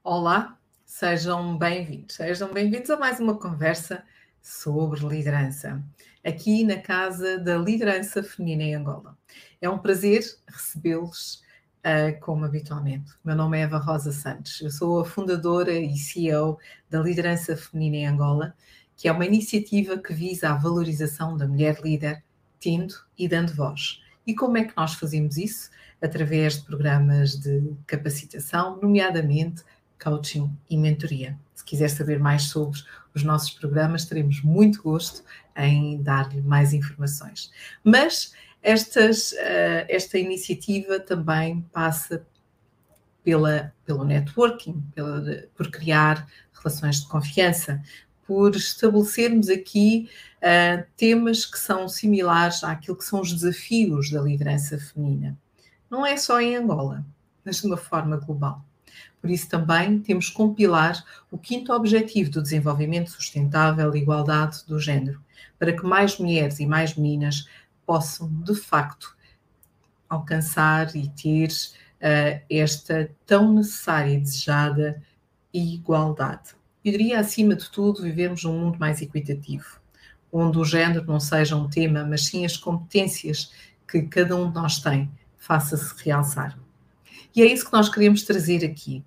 Olá, sejam bem-vindos a mais uma conversa sobre liderança, aqui na Casa da Liderança Feminina em Angola. É um prazer recebê-los, como habitualmente. O meu nome é Eva Rosa Santos, eu sou a fundadora e CEO da Liderança Feminina em Angola, que é uma iniciativa que visa a valorização da mulher líder, tendo e dando voz. E como é que nós fazemos isso? Através de programas de capacitação, nomeadamente coaching e mentoria. Se quiser saber mais sobre os nossos programas, teremos muito gosto em dar-lhe mais informações. Mas esta iniciativa também passa pelo networking, por criar relações de confiança, por estabelecermos aqui temas que são similares àquilo que são os desafios da liderança feminina. Não é só em Angola, mas de uma forma global. Por isso também temos que compilar o 5º Objetivo do Desenvolvimento Sustentável e Igualdade do Género, para que mais mulheres e mais meninas possam, de facto, alcançar e ter esta tão necessária e desejada igualdade. Eu diria, acima de tudo, vivermos num mundo mais equitativo, onde o género não seja um tema, mas sim as competências que cada um de nós tem, faça-se realçar. E é isso que nós queremos trazer aqui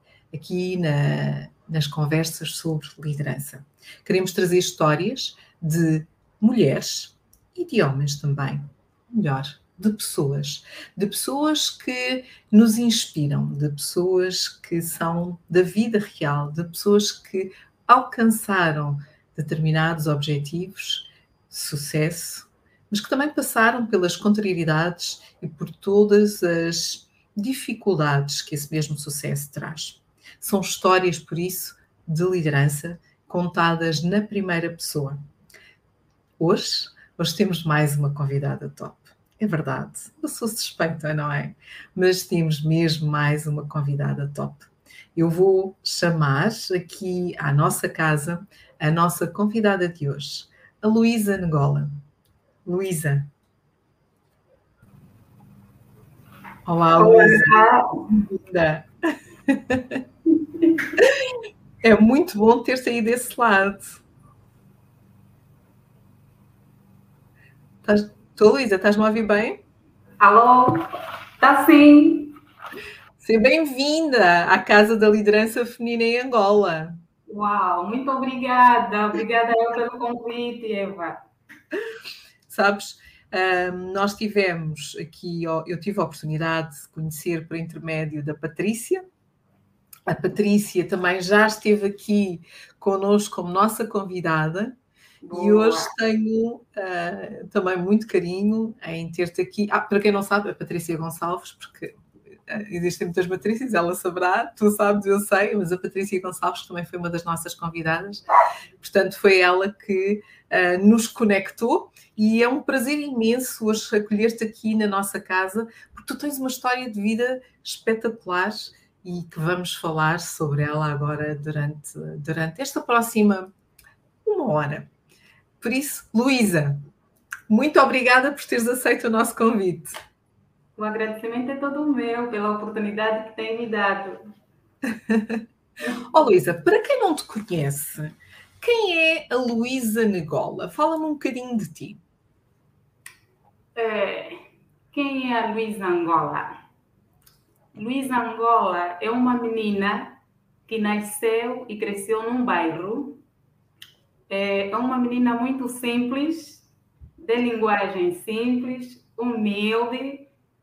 nas conversas sobre liderança. Queremos trazer histórias de mulheres e de homens também, melhor, de pessoas que nos inspiram, de pessoas que são da vida real, de pessoas que alcançaram determinados objetivos, sucesso, mas que também passaram pelas contrariedades e por todas as dificuldades que esse mesmo sucesso traz. São histórias, por isso, de liderança contadas na primeira pessoa. Hoje temos mais uma convidada top. É verdade, eu sou suspeita, não é? Mas temos mesmo mais uma convidada top. Eu vou chamar aqui à nossa casa a nossa convidada de hoje, a Luísa Ngola. Luísa. Olá, Luísa. Bem-vinda. É muito bom ter-te aí desse lado. Estou, Luísa, estás-me a ouvir bem? Alô? Está sim. Seja bem-vinda à Casa da Liderança Feminina em Angola. Uau, muito obrigada. Obrigada eu pelo convite, Eva. Sabes, nós tivemos aqui, eu tive a oportunidade de conhecer por intermédio da Patrícia. A Patrícia também já esteve aqui connosco como nossa convidada. Boa. E hoje tenho também muito carinho em ter-te aqui. Para quem não sabe, a Patrícia Gonçalves, porque existem muitas Patrícias, ela saberá, tu sabes, eu sei, mas a Patrícia Gonçalves também foi uma das nossas convidadas. Portanto, foi ela que nos conectou e é um prazer imenso hoje acolher-te aqui na nossa casa, porque tu tens uma história de vida espetacular e que vamos falar sobre ela agora durante esta próxima 1 hora. Por isso, Luísa, muito obrigada por teres aceito o nosso convite. O agradecimento é todo meu pela oportunidade que tem me dado. Luísa, para quem não te conhece, quem é a Luísa Ngola? Fala-me um bocadinho de ti. Quem é a Luísa Ngola? Luísa Ngola é uma menina que nasceu e cresceu num bairro. É uma menina muito simples, de linguagem simples, humilde,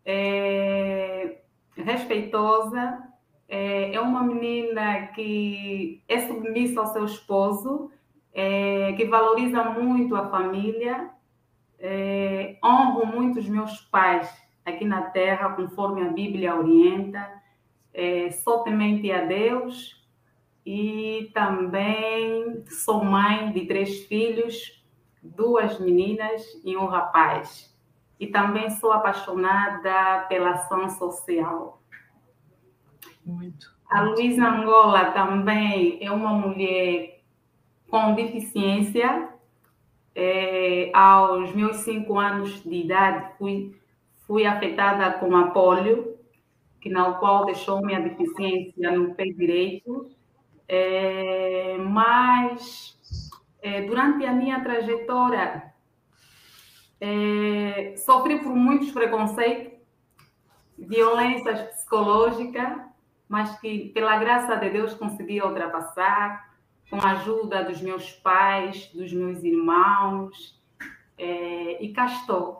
respeitosa. É uma menina que é submissa ao seu esposo, que valoriza muito a família. Honro muito os meus pais aqui na terra, conforme a Bíblia orienta. Sou temente a Deus e também sou mãe de 3 filhos, 2 meninas e um rapaz. E também sou apaixonada pela ação social. Muito. A Luísa Ngola também é uma mulher com deficiência. Aos meus 5 anos de idade, fui afetada com a polio, na qual deixou minha deficiência no pé direito. Mas durante a minha trajetória sofri por muitos preconceitos, violências psicológicas, mas que pela graça de Deus consegui ultrapassar com a ajuda dos meus pais, dos meus irmãos, e cá estou.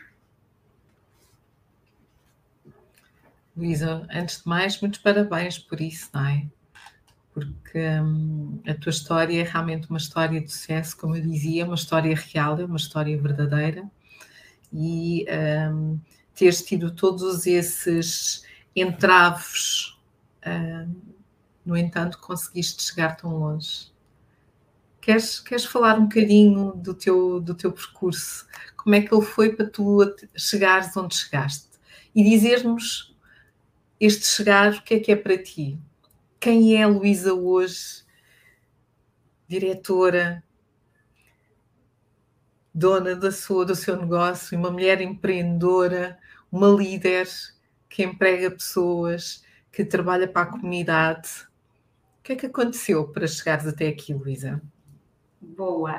Luísa, antes de mais, muitos parabéns por isso, não é? Porque a tua história é realmente uma história de sucesso, como eu dizia, uma história real, é uma história verdadeira, e teres tido todos esses entraves, no entanto, conseguiste chegar tão longe. Queres falar um bocadinho do teu percurso? Como é que ele foi para tu chegares onde chegaste? E dizer-nos, este chegar, o que é para ti? Quem é a Luísa hoje? Diretora, dona do seu negócio, uma mulher empreendedora, uma líder que emprega pessoas, que trabalha para a comunidade. O que é que aconteceu para chegares até aqui, Luísa? Boa.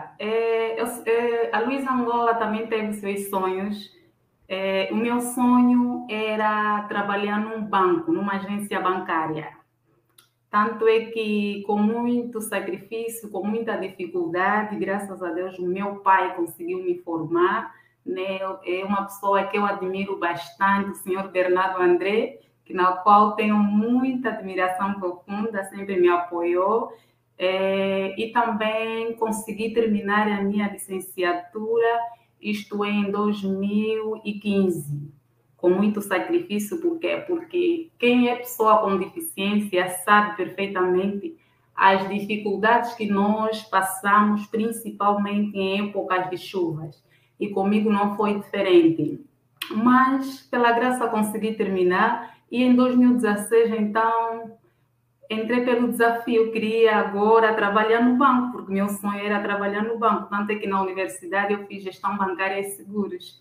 A Luísa Angola também teve seus sonhos. O meu sonho era trabalhar num banco, numa agência bancária. Tanto é que, com muito sacrifício, com muita dificuldade, graças a Deus, o meu pai conseguiu me formar. Né? É uma pessoa que eu admiro bastante, o senhor Bernardo André, na qual tenho muita admiração profunda, sempre me apoiou. E também consegui terminar a minha licenciatura, isto é, em 2015. Com muito sacrifício, porque quem é pessoa com deficiência sabe perfeitamente as dificuldades que nós passamos, principalmente em épocas de chuvas. E comigo não foi diferente. Mas, pela graça, consegui terminar. E em 2016, então, entrei pelo desafio. Queria agora trabalhar no banco, porque meu sonho era trabalhar no banco. Tanto é que na universidade eu fiz gestão bancária e seguros.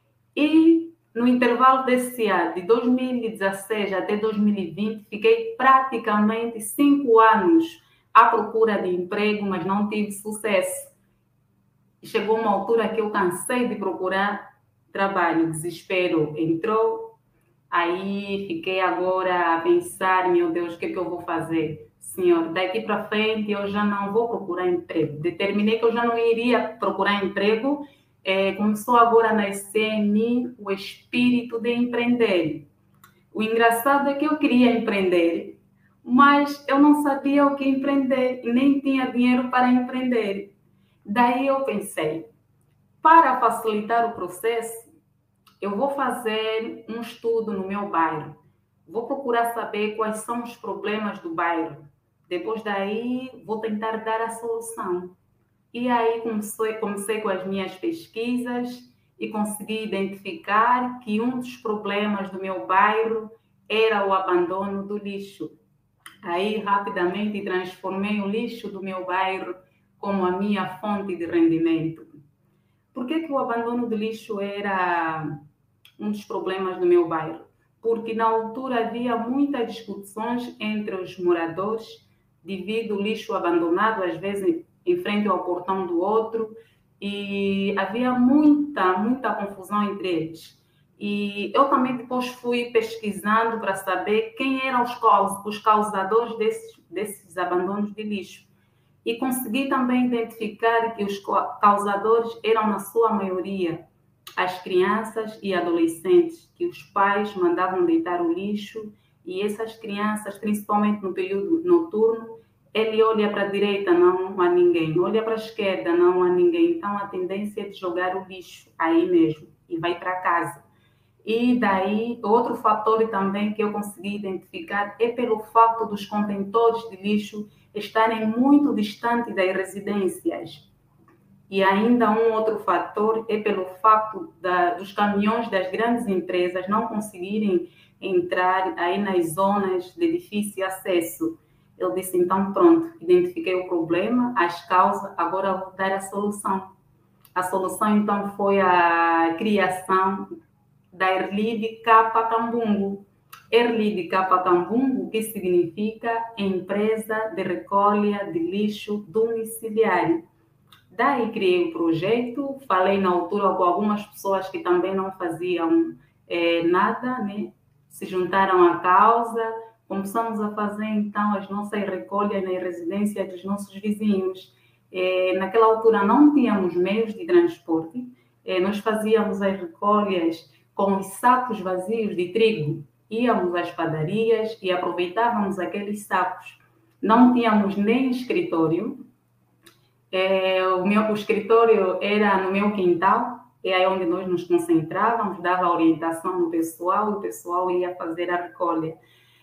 E no intervalo desse ano, de 2016 até 2020, fiquei praticamente 5 anos à procura de emprego, mas não tive sucesso. Chegou uma altura que eu cansei de procurar trabalho, o desespero entrou, aí fiquei agora a pensar, meu Deus, o que é que eu vou fazer? Senhor, daqui para frente eu já não vou procurar emprego. Determinei que eu já não iria procurar emprego. Começou agora a nascer em mim o espírito de empreender. O engraçado é que eu queria empreender, mas eu não sabia o que empreender e nem tinha dinheiro para empreender. Daí eu pensei, para facilitar o processo, eu vou fazer um estudo no meu bairro. Vou procurar saber quais são os problemas do bairro. Depois daí, vou tentar dar a solução. E aí comecei com as minhas pesquisas e consegui identificar que um dos problemas do meu bairro era o abandono do lixo. Aí rapidamente transformei o lixo do meu bairro como a minha fonte de rendimento. Por que o abandono do lixo era um dos problemas do meu bairro? Porque na altura havia muitas discussões entre os moradores devido ao lixo abandonado, às vezes em frente ao portão do outro, e havia muita confusão entre eles. E eu também depois fui pesquisando para saber quem eram os causadores desses abandonos de lixo. E consegui também identificar que os causadores eram, na sua maioria, as crianças e adolescentes, que os pais mandavam deitar o lixo, e essas crianças, principalmente no período noturno, ele olha para a direita, não há ninguém, olha para a esquerda, não há ninguém. Então, a tendência é de jogar o lixo aí mesmo e vai para casa. E daí, outro fator também que eu consegui identificar é pelo fato dos contentores de lixo estarem muito distantes das residências. E ainda um outro fator é pelo fato dos caminhões das grandes empresas não conseguirem entrar aí nas zonas de difícil acesso. Eu disse, então pronto, identifiquei o problema, as causas, agora vou dar a solução. A solução então foi a criação da Erlide Capa Cambungo. Erlidicapa Cambungo, que significa Empresa de Recolha de Lixo Domiciliário. Daí criei o projeto, falei na altura com algumas pessoas que também não faziam nada, né? Se juntaram à causa, começamos a fazer então as nossas recolhas nas residências dos nossos vizinhos. Naquela altura não tínhamos meios de transporte, nós fazíamos as recolhas com os sacos vazios de trigo. Íamos às padarias e aproveitávamos aqueles sacos. Não tínhamos nem escritório. O escritório era no meu quintal, é aí onde nós nos concentrávamos, dava orientação no pessoal, e o pessoal ia fazer a recolha.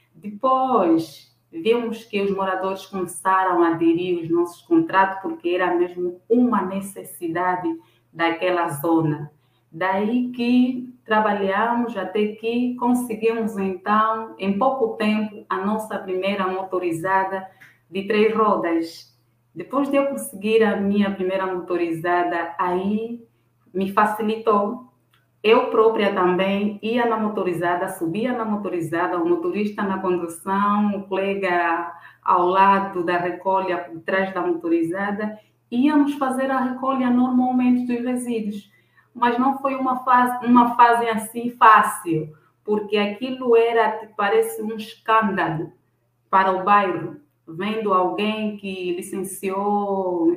Depois, vimos que os moradores começaram a aderir aos nossos contratos, porque era mesmo uma necessidade daquela zona. Daí que trabalhamos até que conseguimos, então, em pouco tempo, a nossa primeira motorizada de 3 rodas. Depois de eu conseguir a minha primeira motorizada, aí me facilitou. Eu própria também ia na motorizada, subia na motorizada, o motorista na condução, o colega ao lado da recolha, por trás da motorizada, íamos fazer a recolha normalmente dos resíduos. Mas não foi uma fase assim fácil, porque aquilo era, parece um escândalo para o bairro, vendo alguém que licenciou,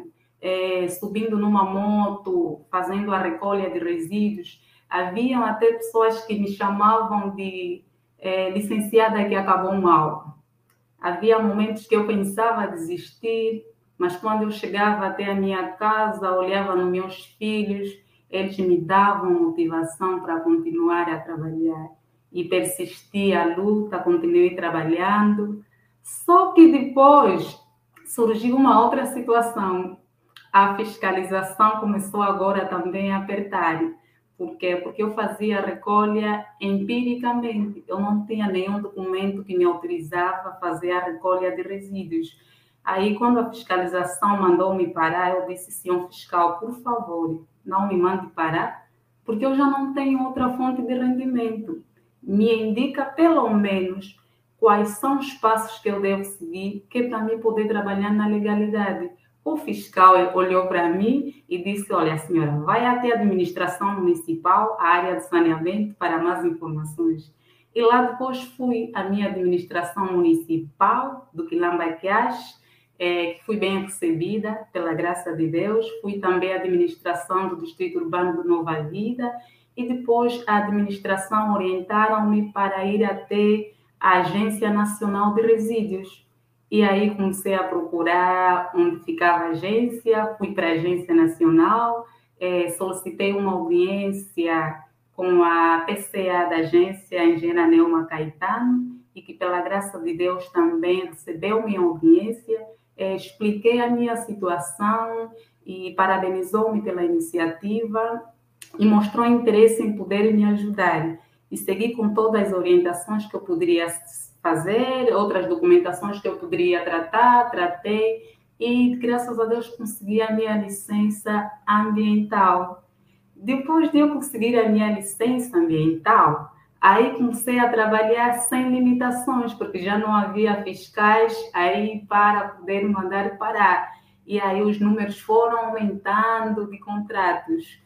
subindo numa moto, fazendo a recolha de resíduos. Haviam até pessoas que me chamavam de licenciada que acabou mal. Havia momentos que eu pensava desistir, mas quando eu chegava até a minha casa, olhava nos meus filhos, eles me davam motivação para continuar a trabalhar. E persisti a luta, continuei trabalhando. Só que depois surgiu uma outra situação. A fiscalização começou agora também a apertar. Por quê? Porque eu fazia a recolha empiricamente. Eu não tinha nenhum documento que me autorizava a fazer a recolha de resíduos. Aí, quando a fiscalização mandou-me parar, eu disse, senhor fiscal, por favor, não me mande parar, porque eu já não tenho outra fonte de rendimento. Me indica, pelo menos, quais são os passos que eu devo seguir, que é para mim poder trabalhar na legalidade. O fiscal olhou para mim e disse, olha, senhora, vai até a administração municipal, a área de saneamento, para mais informações. E lá depois fui à minha administração municipal do Quilambaquiás, que fui bem recebida, pela graça de Deus. Fui também à administração do Distrito Urbano do Nova Vida e depois a administração orientaram-me para ir até a Agência Nacional de Resíduos. E aí comecei a procurar onde ficava a agência, fui para a Agência Nacional, solicitei uma audiência com a PCA da agência, a engenheira Neuma Caetano, e que pela graça de Deus também recebeu minha audiência, expliquei a minha situação e parabenizou-me pela iniciativa e mostrou interesse em poder me ajudar. E segui com todas as orientações que eu poderia fazer, outras documentações que eu poderia tratar, tratei, e graças a Deus consegui a minha licença ambiental. Depois de eu conseguir a minha licença ambiental, aí comecei a trabalhar sem limitações, porque já não havia fiscais aí para poder mandar parar. E aí os números foram aumentando de contratos.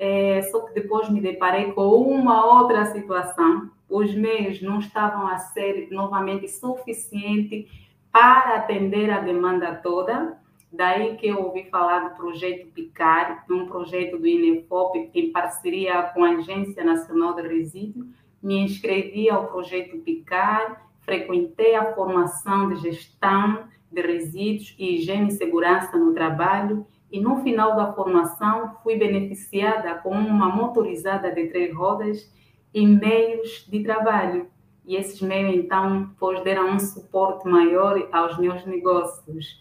Só que depois me deparei com uma outra situação. Os meios não estavam a ser novamente suficientes para atender a demanda toda. Daí que eu ouvi falar do projeto PICAR, um projeto do INEFOP em parceria com a Agência Nacional de Resíduos. Me inscrevi ao projeto PICAR, frequentei a formação de gestão de resíduos e higiene e segurança no trabalho e no final da formação fui beneficiada com uma motorizada de 3 rodas e meios de trabalho. E esses meios, então, deram um suporte maior aos meus negócios.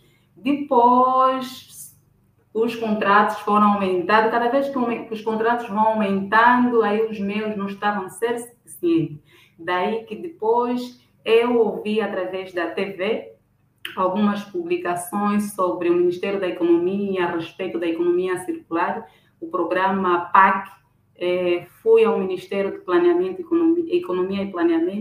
Depois, os contratos foram aumentando. Cada vez que os contratos vão aumentando, aí os meus não estavam a ser suficientes. Daí que depois eu ouvi, através da TV, algumas publicações sobre o Ministério da Economia, a respeito da economia circular, o programa PAC. Fui ao Ministério de Planeamento, Economia e Planeamento,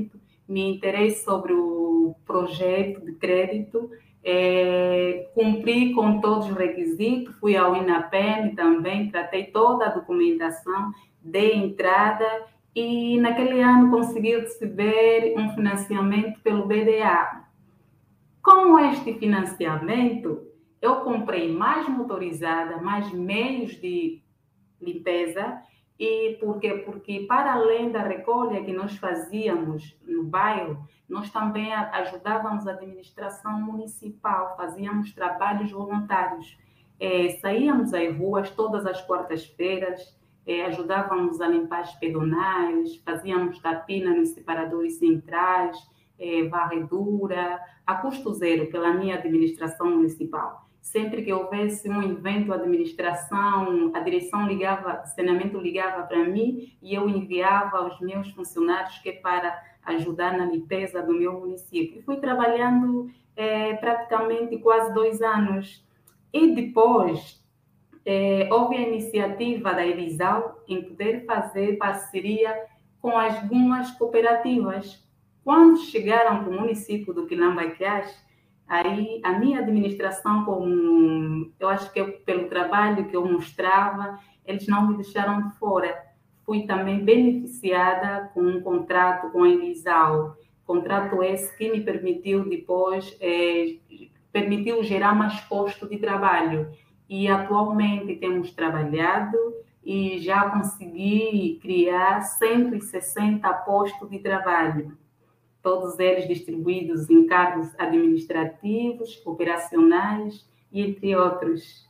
me interessei sobre o projeto de crédito, cumpri com todos os requisitos, fui ao INAPEN também, tratei toda a documentação, dei entrada e naquele ano consegui receber um financiamento pelo BDA. Com este financiamento, eu comprei mais motorizada, mais meios de limpeza. E por quê? Porque para além da recolha que nós fazíamos no bairro, nós também ajudávamos a administração municipal, fazíamos trabalhos voluntários. Saíamos às ruas todas as quartas-feiras, ajudávamos a limpar as pedonais, fazíamos capina nos separadores centrais, varredura, a custo zero pela minha administração municipal. Sempre que houvesse um evento, a administração, a direção ligava, o saneamento ligava para mim e eu enviava aos meus funcionários que é para ajudar na limpeza do meu município. E fui trabalhando praticamente quase 2 anos. E depois houve a iniciativa da Elisal em poder fazer parceria com algumas cooperativas. Quando chegaram para o município do Quilamba-Quiaxi, aí a minha administração, eu acho que pelo trabalho que eu mostrava, eles não me deixaram de fora. Fui também beneficiada com um contrato com a Elisal, contrato esse que me permitiu depois, permitiu gerar mais postos de trabalho. E atualmente temos trabalhado e já consegui criar 160 postos de trabalho, todos eles distribuídos em cargos administrativos, operacionais e entre outros.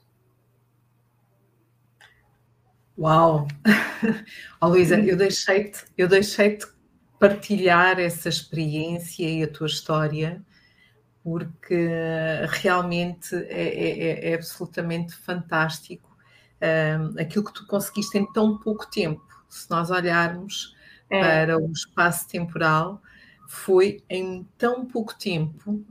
Uau! Oh, Luísa, eu deixei-te partilhar essa experiência e a tua história, porque realmente é absolutamente fantástico aquilo que tu conseguiste em tão pouco tempo. Se nós olharmos para o espaço temporal, foi em tão pouco tempo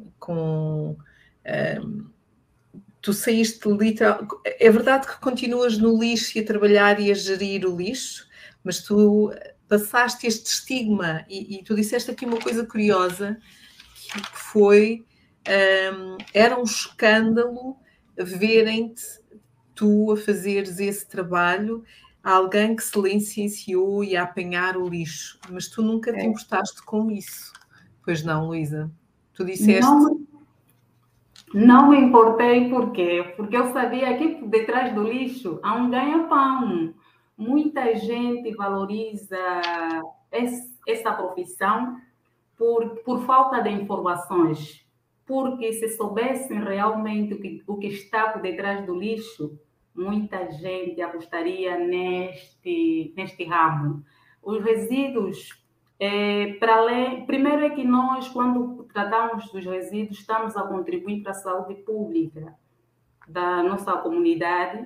tu saíste literal. É verdade que continuas no lixo e a trabalhar e a gerir o lixo, mas tu passaste este estigma e tu disseste aqui uma coisa curiosa, que foi era um escândalo verem-te tu a fazeres esse trabalho a alguém que se licenciou e a apanhar o lixo, mas tu nunca te importaste com isso. Pois não, Luísa? Tu disseste... Não me importei, por quê? Porque eu sabia que por detrás do lixo há um ganha-pão. Muita gente valoriza essa profissão por falta de informações, porque se soubessem realmente o que está por detrás do lixo, muita gente apostaria neste ramo. Os resíduos, primeiro é que nós, quando tratamos dos resíduos, estamos a contribuir para a saúde pública da nossa comunidade,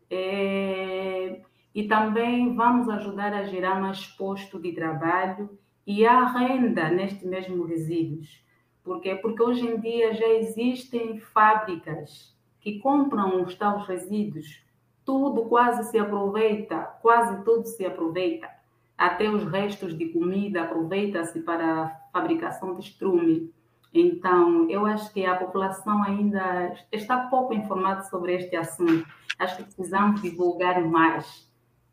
e também vamos ajudar a gerar mais postos de trabalho e a renda nestes mesmos resíduos. Por quê? Porque hoje em dia já existem fábricas que compram os tais resíduos. Tudo quase se aproveita, quase tudo se aproveita. Até os restos de comida aproveita-se para a fabricação de estrume. Então, eu acho que a população ainda está pouco informada sobre este assunto. Acho que precisamos divulgar mais.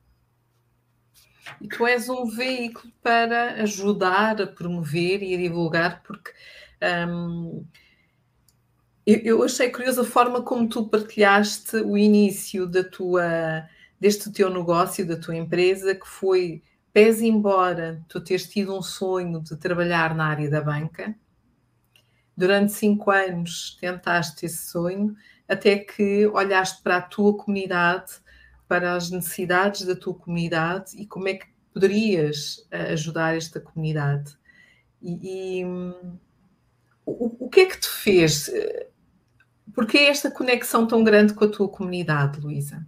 E tu és um veículo para ajudar a promover e a divulgar, porque eu achei curiosa a forma como tu partilhaste o início deste teu negócio, da tua empresa, que foi, pese embora tu teres tido um sonho de trabalhar na área da banca, durante 5 anos tentaste esse sonho, até que olhaste para a tua comunidade, para as necessidades da tua comunidade e como é que poderias ajudar esta comunidade. O que é que te fez? Porquê esta conexão tão grande com a tua comunidade, Luísa?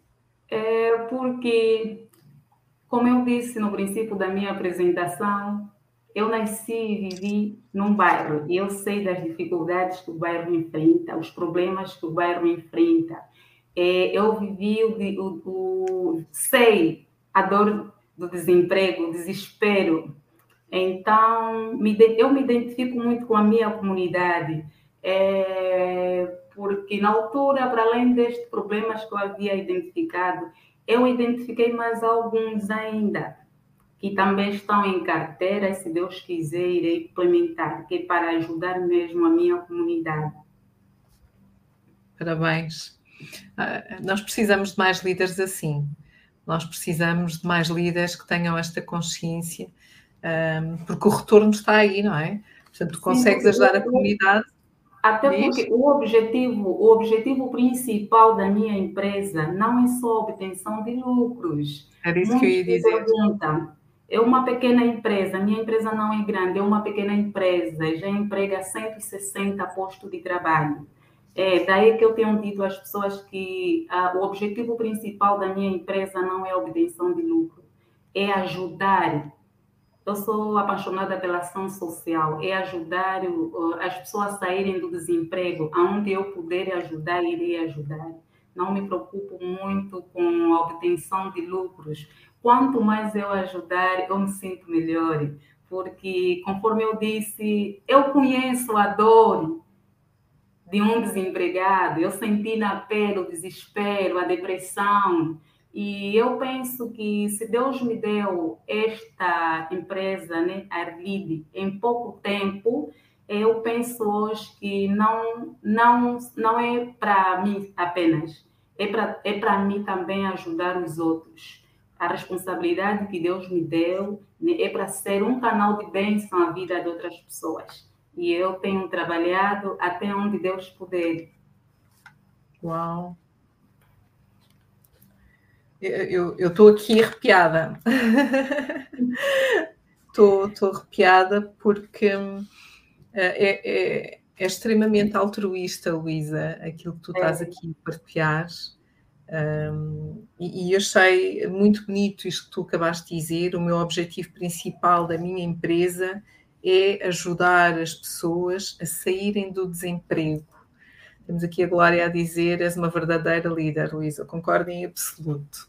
Porque, como eu disse no princípio da minha apresentação, eu nasci e vivi num bairro e eu sei das dificuldades que o bairro enfrenta, os problemas que o bairro enfrenta. Eu vivi sei a dor do desemprego, o desespero. Então, eu me identifico muito com a minha comunidade, porque na altura, para além destes problemas que eu havia identificado, eu identifiquei mais alguns ainda, que também estão em carteira, e se Deus quiser, irei implementar, que é para ajudar mesmo a minha comunidade. Parabéns. Nós precisamos de mais líderes assim. Nós precisamos de mais líderes que tenham esta consciência, porque o retorno está aí, não é? Portanto, tu consegues ajudar a comunidade. Até Diz? porque o objetivo principal da minha empresa não é só a obtenção de lucros. Era isso que eu Muitos ia me dizer. perguntam, é uma pequena empresa, minha empresa não é grande, é uma pequena empresa, já emprega 160 postos de trabalho. É daí que eu tenho dito às pessoas que o objetivo principal da minha empresa não é a obtenção de lucro, é ajudar. Eu sou apaixonada pela ação social, é ajudar as pessoas a saírem do desemprego, aonde eu puder ajudar, irei ajudar. Não me preocupo muito com a obtenção de lucros. Quanto mais eu ajudar, eu me sinto melhor, porque, conforme eu disse, eu conheço a dor de um desempregado, eu senti na pele o desespero, a depressão. E eu penso que se Deus me deu esta empresa, né, a Arlide, em pouco tempo, eu penso hoje que não é para mim apenas, é para mim também ajudar os outros. A responsabilidade que Deus me deu, né, é para ser um canal de bênção à vida de outras pessoas. E eu tenho trabalhado até onde Deus puder. Uau! Eu estou aqui arrepiada. Estou arrepiada porque é extremamente altruísta, Luísa, aquilo que tu estás aqui a partilhar. E achei muito bonito isto que tu acabaste de dizer. O meu objetivo principal da minha empresa é ajudar as pessoas a saírem do desemprego. Temos aqui a Glória a dizer: és uma verdadeira líder, Luísa. Concordo em absoluto.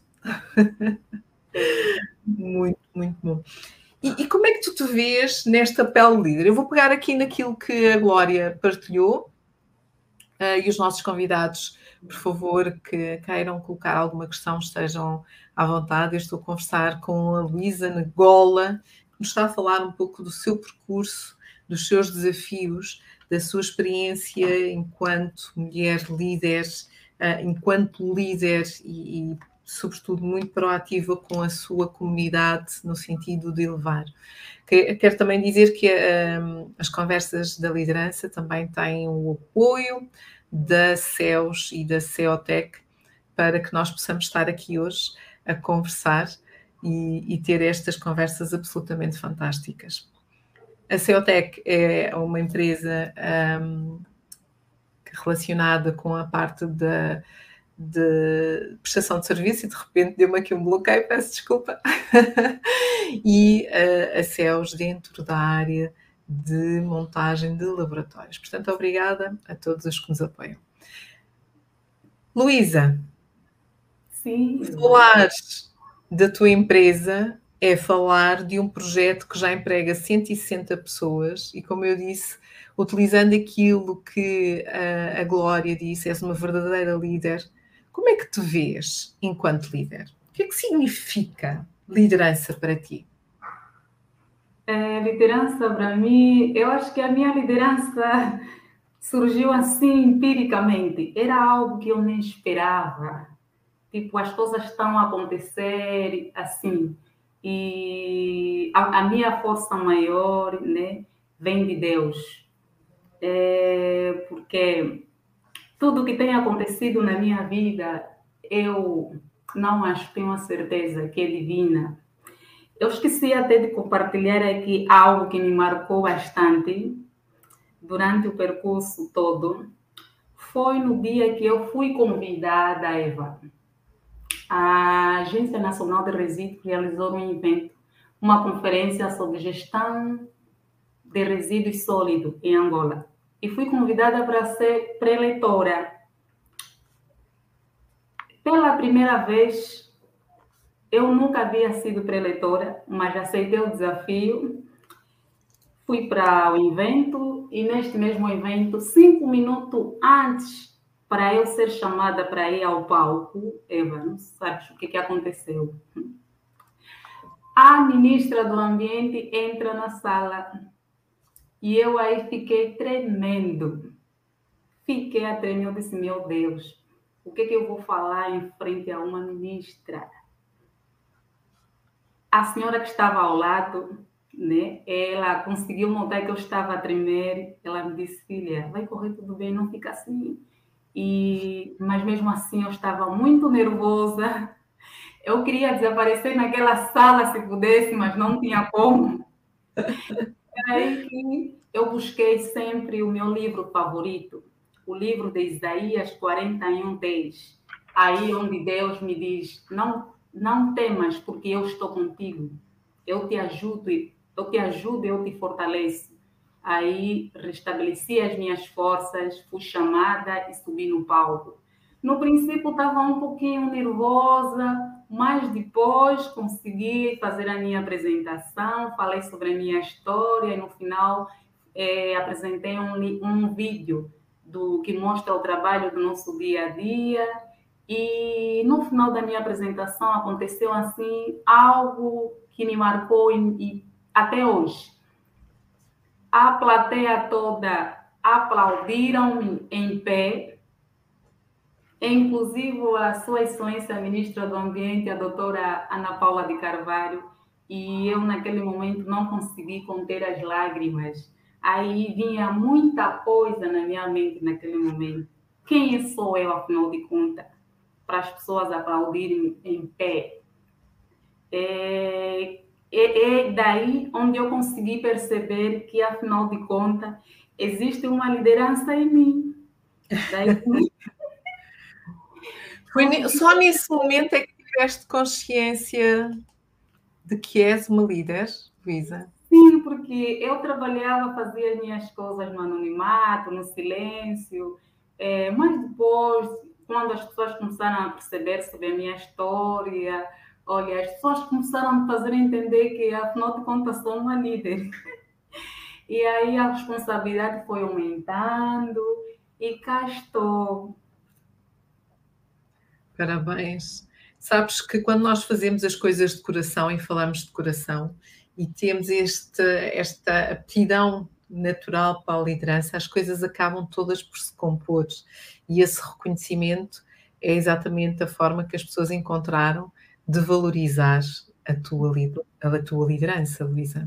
Muito, muito bom. E como é que tu te vês nesta pele líder? Eu vou pegar aqui naquilo que a Glória partilhou, e os nossos convidados, por favor, que queiram colocar alguma questão, estejam à vontade. Eu estou a conversar com a Luísa Negola, que nos está a falar um pouco do seu percurso, dos seus desafios, da sua experiência enquanto mulher líder, enquanto líder e sobretudo, muito proativa com a sua comunidade no sentido de elevar. Quero também dizer que as conversas da liderança também têm o apoio da CEOs e da CEOTEC para que nós possamos estar aqui hoje a conversar e ter estas conversas absolutamente fantásticas. A CEOTEC é uma empresa relacionada com a parte de prestação de serviço, e de repente deu-me aqui um bloqueio, peço desculpa, e a CEOs dentro da área de montagem de laboratórios. Portanto, obrigada a todos os que nos apoiam. Luísa, falar da tua empresa é falar de um projeto que já emprega 160 pessoas e, como eu disse, utilizando aquilo que a Glória disse, és uma verdadeira líder. Como é que te vês enquanto líder? O que é que significa liderança para ti? Liderança para mim, eu acho que a minha liderança surgiu assim empiricamente. Era algo que eu nem esperava. Tipo, as coisas estão a acontecer assim. E a minha força maior, né, vem de Deus. Porque tudo que tem acontecido na minha vida, eu não acho, tenho a certeza que é divina. Eu esqueci até de compartilhar aqui algo que me marcou bastante durante o percurso todo. Foi no dia que eu fui convidada, Eva. A Agência Nacional de Resíduos realizou um evento, uma conferência sobre gestão de resíduos sólidos em Angola. E fui convidada para ser preletora. Pela primeira vez, eu nunca havia sido preletora, mas aceitei o desafio. Fui para o evento e neste mesmo evento, 5 minutos antes para eu ser chamada para ir ao palco, Eva, não sabes o que aconteceu. A ministra do Ambiente entra na sala e eu aí fiquei tremendo. Fiquei a tremer, eu disse, meu Deus, o que eu vou falar em frente a uma ministra? A senhora que estava ao lado, né, ela conseguiu notar que eu estava a tremer. Ela me disse, filha, vai correr tudo bem, não fica assim. Mas mesmo assim eu estava muito nervosa. Eu queria desaparecer naquela sala se pudesse, mas não tinha como. É aí que eu busquei sempre o meu livro favorito, o livro de Isaías 41:10. Aí onde Deus me diz, não temas, porque eu estou contigo. Eu te ajudo, eu te fortaleço. Aí restabeleci as minhas forças, fui chamada e subi no palco. No princípio estava um pouquinho nervosa, mas depois consegui fazer a minha apresentação, falei sobre a minha história e no final apresentei um vídeo que mostra o trabalho do nosso dia a dia. E no final da minha apresentação aconteceu assim algo que me marcou e até hoje. A plateia toda aplaudiram-me em pé, inclusive a Sua Excelência a Ministra do Ambiente, a doutora Ana Paula de Carvalho, e eu naquele momento não consegui conter as lágrimas. Aí vinha muita coisa na minha mente naquele momento. Quem sou eu, afinal de contas, para as pessoas aplaudirem em pé? É daí onde eu consegui perceber que, afinal de contas, existe uma liderança em mim. Daí Só nesse momento é que tiveste consciência de que és uma líder, Luísa? Sim, porque eu trabalhava, fazia as minhas coisas no anonimato, no silêncio, mas depois, quando as pessoas começaram a perceber sobre a minha história, olha, as pessoas começaram a me fazer entender que, afinal de contas, sou uma líder. E aí a responsabilidade foi aumentando e cá estou. Parabéns. Sabes que quando nós fazemos as coisas de coração e falamos de coração e temos esta aptidão natural para a liderança, as coisas acabam todas por se compor. E esse reconhecimento é exatamente a forma que as pessoas encontraram de valorizar a tua liderança, Luísa.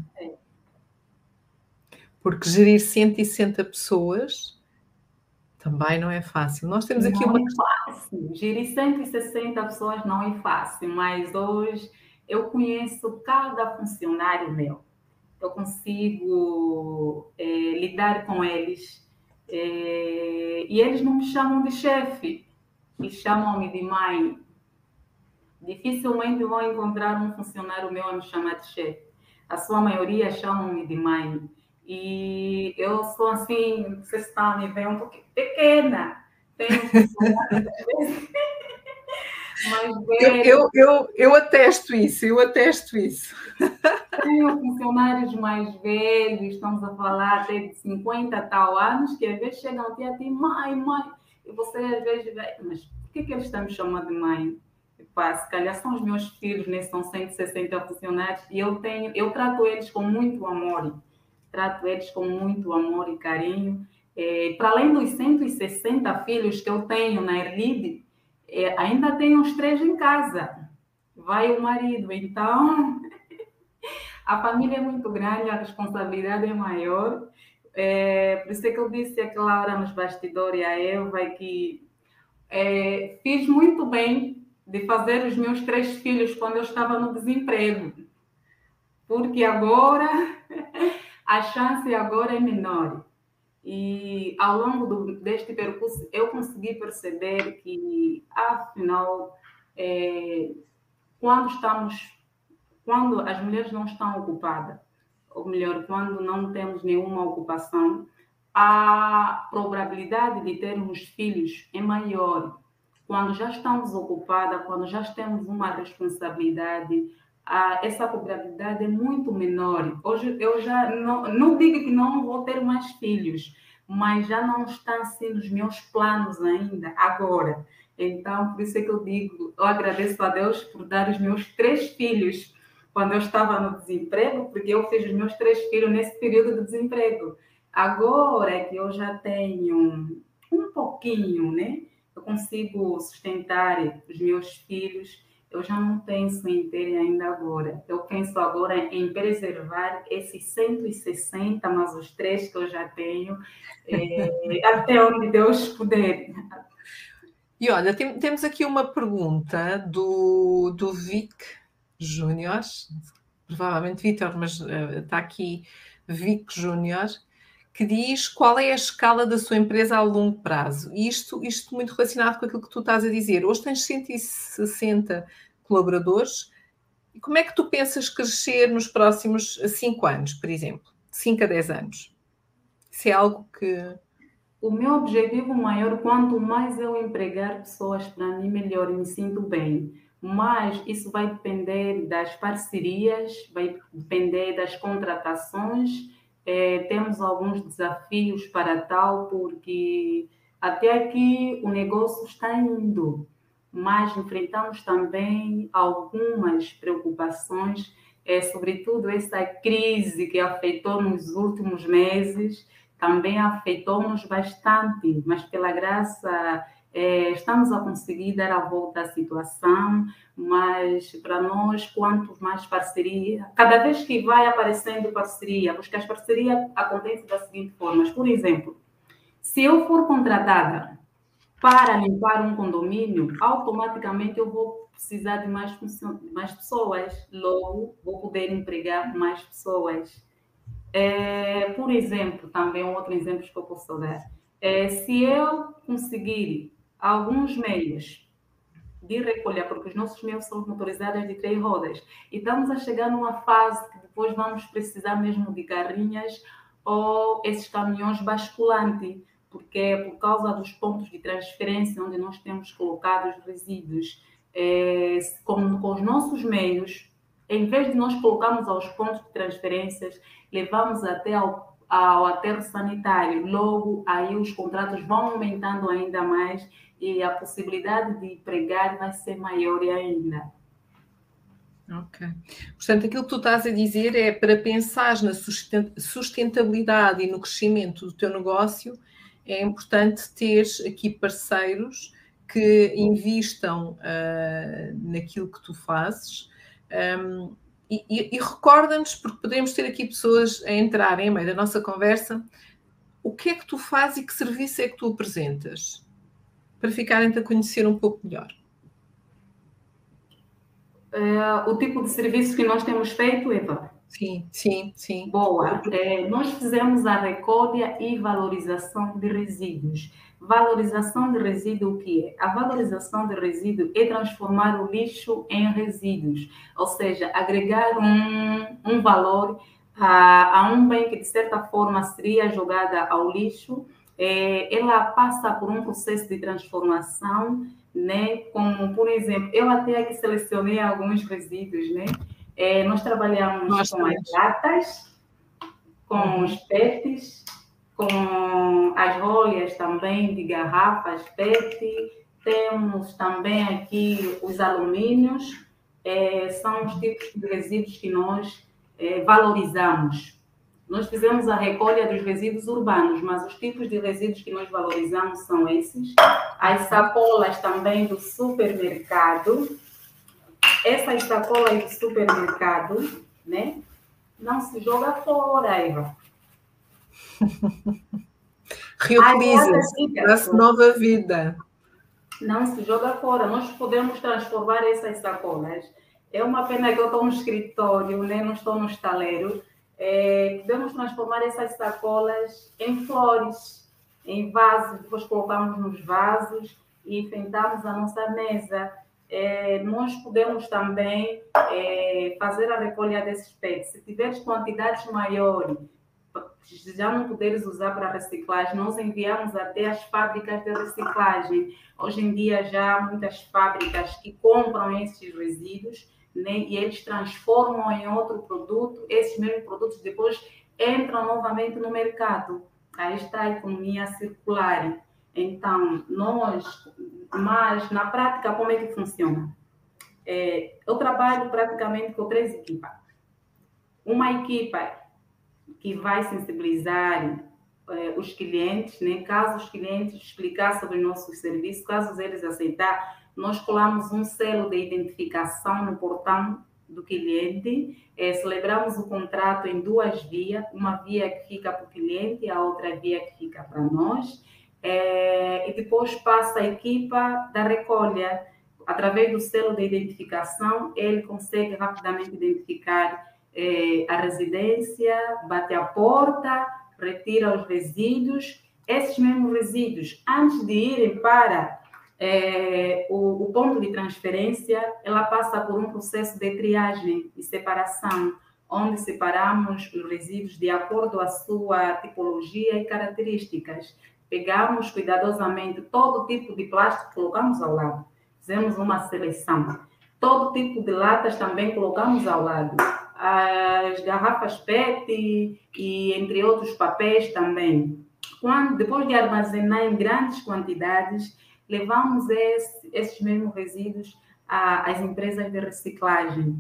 Porque gerir 160 pessoas também não é fácil. Nós temos aqui uma... Não é fácil. Gerir 160 pessoas não é fácil, mas hoje eu conheço cada funcionário meu. Eu consigo lidar com eles. E eles não me chamam de chefe, me chamam-me de mãe. Dificilmente vão encontrar um funcionário meu a me chamar de chefe. A sua maioria chamam-me de mãe. E eu sou assim, vocês estão a me ver um pouquinho pequena. Tenho funcionários, às vezes, mais velhos. Eu atesto isso. Tenho funcionários mais velhos, estamos a falar até de 50 tal anos, que às vezes chegam até a ti, mãe, e você às vezes vê, mas por que eles estão me chamando de mãe? Pá, se calhar são os meus filhos, né? São 160 funcionários, e eu trato eles com muito amor, e carinho. Para além dos 160 filhos que eu tenho na Erlide, ainda tenho uns 3 em casa. Vai o marido, então a família é muito grande, a responsabilidade é maior. Por isso é que eu disse aquela hora nos bastidores a Eva que fiz muito bem de fazer os meus 3 filhos quando eu estava no desemprego, porque agora a chance agora é menor. E ao longo deste percurso eu consegui perceber que, afinal, quando as mulheres não estão ocupadas, ou melhor, quando não temos nenhuma ocupação, a probabilidade de termos filhos é maior. Quando já estamos ocupadas, quando já temos uma responsabilidade, essa probabilidade é muito menor. Hoje eu já não digo que não vou ter mais filhos, mas já não está assim nos meus planos ainda, agora. Então, por isso é que eu digo, eu agradeço a Deus por dar os meus 3 filhos quando eu estava no desemprego, porque eu fiz os meus 3 filhos nesse período de desemprego. Agora é que eu já tenho um pouquinho, né? Eu consigo sustentar os meus filhos. Eu já não penso em ter ainda agora. Eu penso agora em preservar esses 160, mas os 3 que eu já tenho, até onde Deus puder. E olha, temos aqui uma pergunta do Vic Júnior, provavelmente Vítor, mas está aqui Vic Júnior, que diz qual é a escala da sua empresa a longo prazo. E isto muito relacionado com aquilo que tu estás a dizer. Hoje tens 160 colaboradores. E como é que tu pensas crescer nos próximos 5 anos, por exemplo? 5 a 10 anos? Isso é algo que... O meu objetivo maior, quanto mais eu empregar pessoas para mim, melhor eu me sinto bem. Mas isso vai depender das parcerias, vai depender das contratações. Temos alguns desafios para tal, porque até aqui o negócio está indo, mas enfrentamos também algumas preocupações, sobretudo essa crise que afetou nos últimos meses também afetou-nos bastante, mas pela graça estamos a conseguir dar a volta à situação, mas para nós, quanto mais parceria, cada vez que vai aparecendo parceria, porque as parcerias acontecem da seguinte forma, por exemplo, se eu for contratada para limpar um condomínio, automaticamente eu vou precisar de mais pessoas, logo vou poder empregar mais pessoas. Por exemplo, também um outro exemplo que eu posso dar. Se eu conseguir alguns meios de recolher, porque os nossos meios são motorizados de 3 rodas, e estamos a chegar numa fase que depois vamos precisar mesmo de carrinhas ou esses caminhões basculantes, porque é por causa dos pontos de transferência onde nós temos colocado os resíduos. Com os nossos meios, em vez de nós colocarmos aos pontos de transferências, levamos até ao aterro sanitário. Logo, aí os contratos vão aumentando ainda mais e a possibilidade de empregar vai ser maior ainda. Ok. Portanto, aquilo que tu estás a dizer é para pensar na sustentabilidade e no crescimento do teu negócio, é importante ter aqui parceiros que invistam naquilo que tu fazes. E recorda-nos, porque podemos ter aqui pessoas a entrar em meio da nossa conversa, o que é que tu fazes e que serviço é que tu apresentas? Para ficarem-te a conhecer um pouco melhor. O tipo de serviço que nós temos feito, Eva? Sim. Boa. Nós fizemos a recolha e valorização de resíduos. Valorização de resíduo, o que é? A valorização de resíduo é transformar o lixo em resíduos, ou seja, agregar um valor a um bem que, de certa forma, seria jogada ao lixo. Ela passa por um processo de transformação, né? Como, por exemplo, eu até aqui selecionei alguns resíduos, né? Nós trabalhamos com as latas, com os PETs, com as rolhas também de garrafas PET, temos também aqui os alumínios, são os tipos de resíduos que nós valorizamos. Nós fizemos a recolha dos resíduos urbanos, mas os tipos de resíduos que nós valorizamos são esses. As sacolas também do supermercado. Essas sacolas do supermercado, né? Não se joga fora, Eva. Reutiliza-se, dá-se nova vida. Não se joga fora. Nós podemos transformar essas sacolas. É uma pena que eu estou no escritório, né? Não estou no estaleiro. Podemos transformar essas sacolas em flores, em vasos. Depois colocamos nos vasos e enfeitamos a nossa mesa. Nós podemos também fazer a recolha desses PETs. Se tiveres quantidades maiores, já não poderes usar para reciclagem, nós enviamos até as fábricas de reciclagem. Hoje em dia já há muitas fábricas que compram esses resíduos, né? E eles transformam em outro produto, esses mesmos produtos depois entram novamente no mercado. Aí está a economia circular. Então, mas na prática, como é que funciona? Eu trabalho praticamente com 3 equipas. Uma equipa que vai sensibilizar os clientes, né? Caso os clientes explicar sobre nossos serviços, caso eles aceitar, nós colamos um selo de identificação no portão do cliente, celebramos o contrato em 2 vias, uma via que fica para o cliente e a outra via que fica para nós, e depois passa a equipa da recolha. Através do selo de identificação, ele consegue rapidamente identificar a residência, bate a porta, retira os resíduos. Esses mesmos resíduos, antes de irem para o ponto de transferência, ela passa por um processo de triagem e separação, onde separamos os resíduos de acordo à sua tipologia e características. Pegamos cuidadosamente todo tipo de plástico, colocamos ao lado. Fizemos uma seleção. Todo tipo de latas também colocamos ao lado. As garrafas PET e entre outros papéis também. Depois de armazenar em grandes quantidades, levamos esses mesmos resíduos às empresas de reciclagem.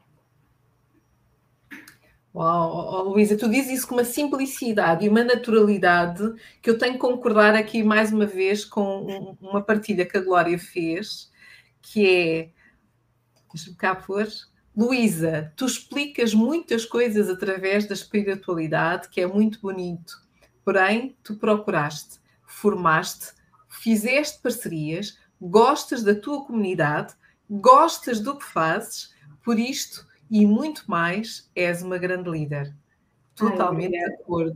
Uau, Luísa, tu dizes isso com uma simplicidade e uma naturalidade que eu tenho que concordar aqui mais uma vez com uma partilha que a Glória fez, que é, deixa-me cá pôr, Luísa, tu explicas muitas coisas através da espiritualidade, que é muito bonito, porém tu procuraste, formaste, fizeste parcerias, gostas da tua comunidade, gostas do que fazes, por isto e muito mais, és uma grande líder. Totalmente de acordo.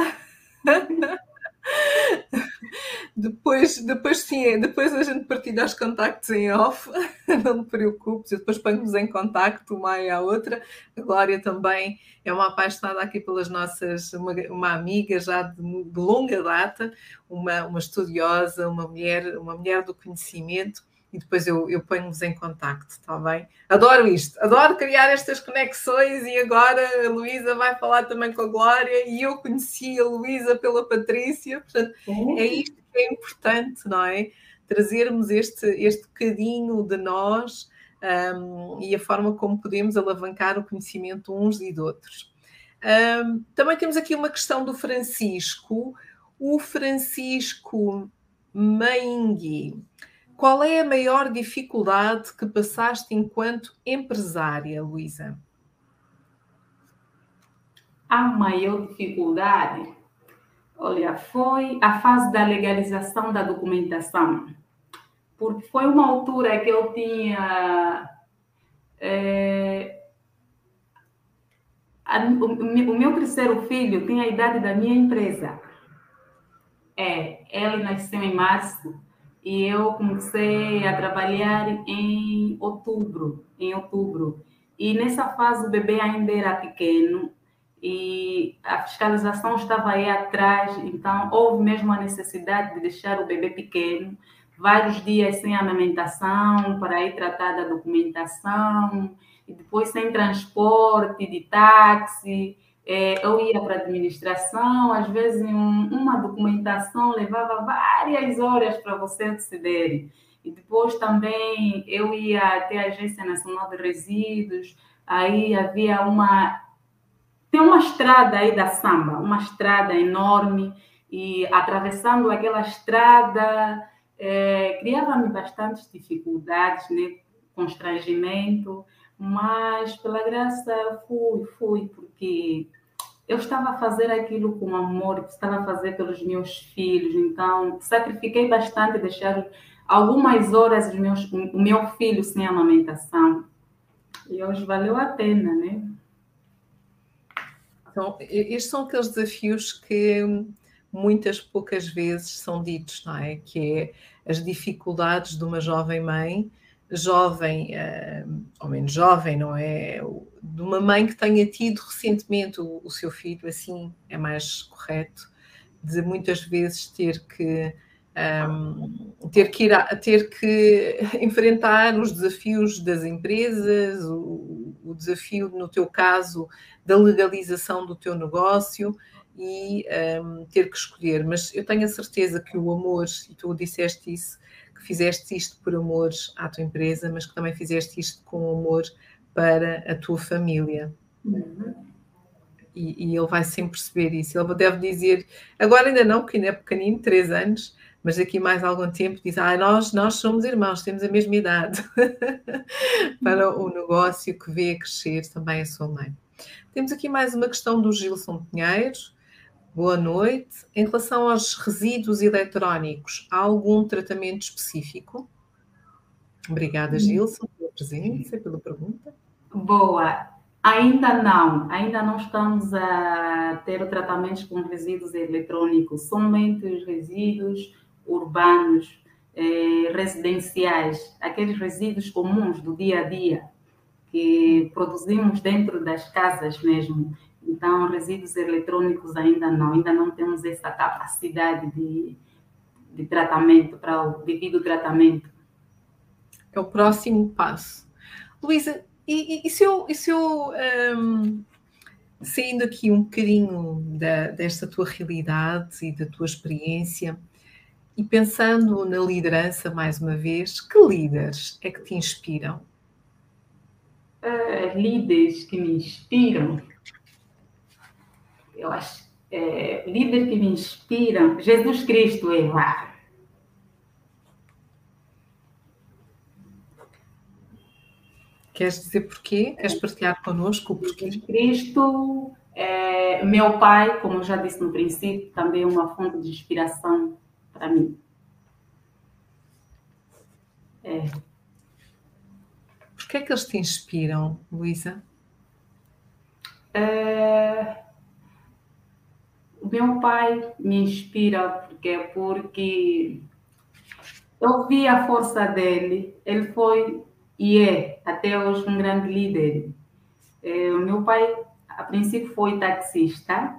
Depois a gente partilha os contactos em off, não te preocupes, eu depois ponho-nos em contacto uma e a outra. A Glória também é uma apaixonada aqui pelas nossas, uma amiga já de longa data, uma estudiosa, uma mulher do conhecimento, e depois eu ponho-nos em contacto, está bem? Adoro isto, adoro criar estas conexões, e agora a Luísa vai falar também com a Glória, e eu conheci a Luísa pela Patrícia, portanto, é isto que é importante, não é? Trazermos este bocadinho de nós e a forma como podemos alavancar o conhecimento uns e de outros. Também temos aqui uma questão do Francisco. O Francisco Maingui. Qual é a maior dificuldade que passaste enquanto empresária, Luísa? A maior dificuldade, olha, foi a fase da legalização da documentação, porque foi uma altura que eu tinha o meu terceiro filho tinha a idade da minha empresa. Ele nasceu em março e eu comecei a trabalhar em outubro. E nessa fase o bebê ainda era pequeno e a fiscalização estava aí atrás, então houve mesmo a necessidade de deixar o bebê pequeno, vários dias sem amamentação, para ir tratar da documentação, e depois sem transporte, de táxi. Eu ia para a administração, às vezes uma documentação levava várias horas para você decidir. E depois também eu ia até a Agência Nacional de Resíduos, aí havia tem uma estrada aí da Samba, uma estrada enorme, e atravessando aquela estrada criava-me bastantes dificuldades, né? Constrangimento, mas pela graça eu fui, porque eu estava a fazer aquilo com amor, estava a fazer pelos meus filhos, então sacrifiquei bastante deixar algumas horas o meu filho sem amamentação, e hoje valeu a pena, né? Então, estes são aqueles desafios que muitas poucas vezes são ditos, não é? Que é as dificuldades de uma jovem mãe, ou menos jovem, não é? De uma mãe que tenha tido recentemente o seu filho, assim é mais correto, de muitas vezes ter que ter que enfrentar os desafios das empresas, o desafio, no teu caso, da legalização do teu negócio e ter que escolher. Mas eu tenho a certeza que o amor, e tu disseste isso, que fizeste isto por amor à tua empresa, mas que também fizeste isto com amor para a tua família. E ele vai sempre perceber isso. Ele deve dizer, agora ainda não, porque ainda é pequenino, 3 anos, mas daqui mais algum tempo diz, nós somos irmãos, temos a mesma idade. Para o negócio que vê crescer também a sua mãe. Temos aqui mais uma questão do Gilson Pinheiro. Boa noite. Em relação aos resíduos eletrónicos, há algum tratamento específico? Obrigada, Gilson, pela presença e pela pergunta. Boa. Ainda não estamos a ter tratamentos com resíduos eletrônicos, somente os resíduos urbanos, residenciais, aqueles resíduos comuns do dia a dia, que produzimos dentro das casas mesmo. Então, resíduos eletrônicos ainda não temos essa capacidade de tratamento, para o devido tratamento. É o próximo passo. Luísa, e se eu saindo aqui um bocadinho desta tua realidade e da tua experiência, e pensando na liderança mais uma vez, que líderes é que te inspiram? Líderes que me inspiram, eu acho, líder que me inspira, Jesus Cristo, Eva. Queres dizer porquê? Queres partilhar connosco o porquê? Jesus Cristo, meu pai, como eu já disse no princípio, também é uma fonte de inspiração para mim. Por que é que eles te inspiram, Luísa? O meu pai me inspira porque eu vi a força dele. Ele foi e é até hoje um grande líder. O meu pai, a princípio, foi taxista,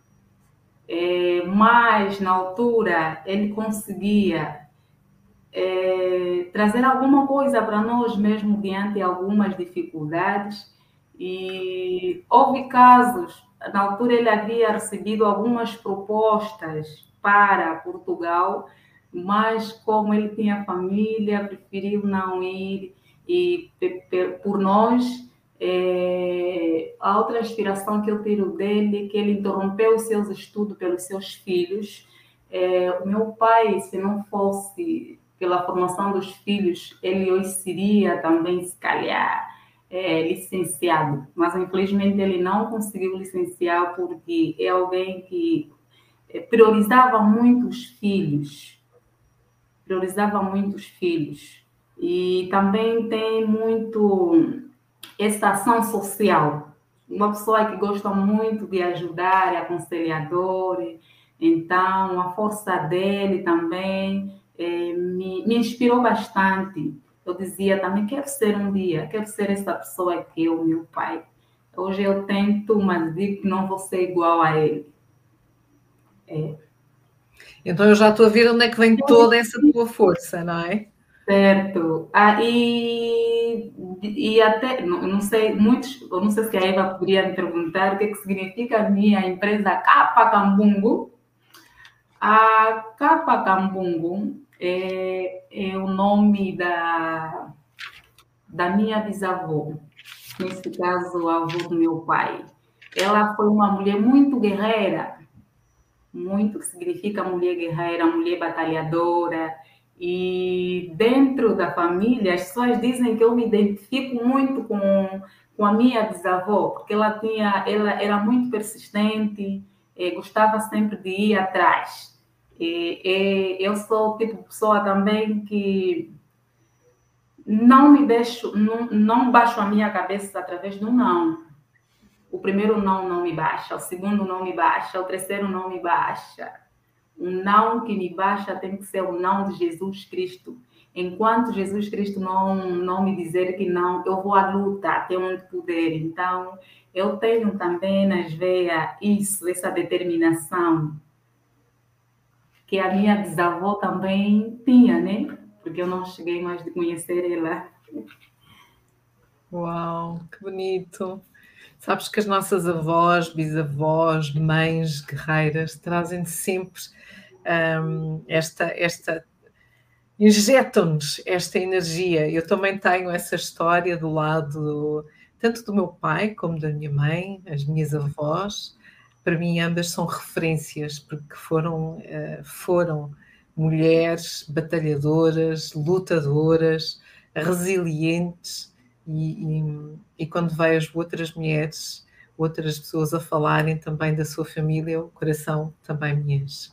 mas na altura ele conseguia trazer alguma coisa para nós mesmo diante de algumas dificuldades. E houve casos, na altura ele havia recebido algumas propostas para Portugal, mas como ele tinha família, preferiu não ir. E por nós, a outra inspiração que eu tiro dele é que ele interrompeu os seus estudos pelos seus filhos. O meu pai, se não fosse pela formação dos filhos, ele hoje seria também, se calhar, licenciado. Mas, infelizmente, ele não conseguiu licenciar porque é alguém que priorizava muito os filhos. E também tem muito essa ação social. Uma pessoa que gosta muito de ajudar, é aconselhador. Então, a força dele também me inspirou bastante. Eu dizia também, quero ser essa pessoa que é o meu pai. Hoje eu tento, mas digo que não vou ser igual a ele. Então eu já estou a ver onde é que vem toda essa tua força, não é? Certo. E até, não sei, eu não sei se a Eva poderia me perguntar o que significa a minha empresa Capa Cambungo. A Capa Cambungo é o nome da minha bisavó, nesse caso, o avô do meu pai. Ela foi uma mulher muito guerreira, muito que significa mulher guerreira, mulher batalhadora. E dentro da família, as pessoas dizem que eu me identifico muito com a minha bisavó, porque ela era muito persistente, gostava sempre de ir atrás. Eu sou o tipo de pessoa também que não me deixo, não baixo a minha cabeça através do não. O primeiro não me baixa, o segundo não me baixa, o terceiro não me baixa. O não que me baixa tem que ser o não de Jesus Cristo. Enquanto Jesus Cristo não me dizer que não, eu vou à luta até onde puder. Então, eu tenho também nas veias isso, essa determinação que a minha bisavó também tinha, né? porque eu não cheguei mais de conhecer ela. Uau, que bonito! Sabes que as nossas avós, bisavós, mães guerreiras trazem sempre esta injetam-nos esta energia. Eu também tenho essa história do lado tanto do meu pai como da minha mãe, as minhas avós. Para mim, ambas são referências, porque foram mulheres batalhadoras, lutadoras, resilientes, e quando vejo outras mulheres, outras pessoas a falarem também da sua família, o coração também me enche.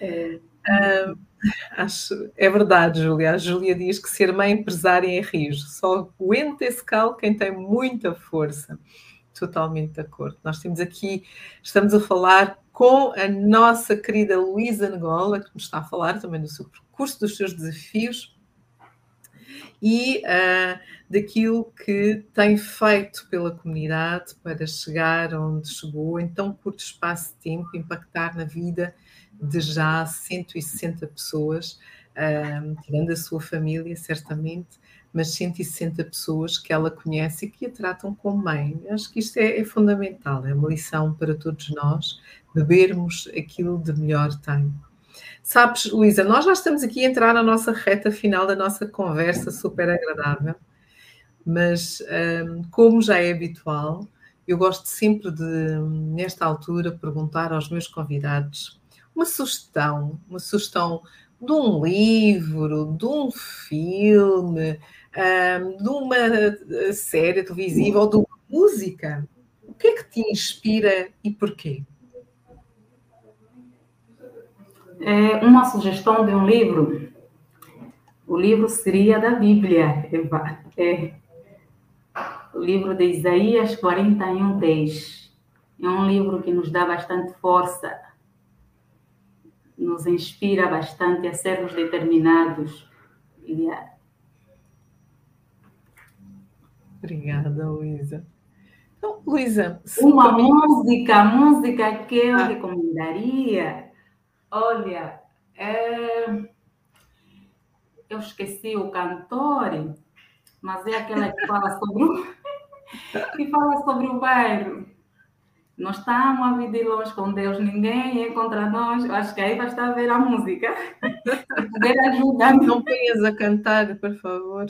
É verdade, Júlia. A Júlia diz que ser mãe empresária em rios. Só aguenta esse calo quem tem muita força. Totalmente de acordo. Nós estamos a falar com a nossa querida Luísa Ngola, que nos está a falar também do seu percurso, dos seus desafios e daquilo que tem feito pela comunidade para chegar onde chegou em tão curto espaço de tempo, impactar na vida de já 160 pessoas, tirando a sua família, certamente, mas 160 pessoas que ela conhece e que a tratam como mãe. Acho que isto é fundamental, é uma lição para todos nós, bebermos aquilo de melhor tem. Sabes, Luísa, nós já estamos aqui a entrar na nossa reta final da nossa conversa super agradável, mas como já é habitual, eu gosto sempre de, nesta altura, perguntar aos meus convidados uma sugestão de um livro, de um filme, de uma série televisiva ou de uma música. O que é que te inspira e porquê? Uma sugestão de um livro. O livro seria da Bíblia, Eva. O livro de Isaías 41:10. É um livro que nos dá bastante força, nos inspira bastante a sermos determinados. Obrigada, Luísa. Então, Luísa, uma música que eu recomendaria, olha, eu esqueci o cantor, mas é aquela que fala sobre o bairro. Nós estamos a vir longe com Deus, ninguém é contra nós. Eu acho que aí basta ver a música. Se puder ajudar. Não venhas a cantar, por favor.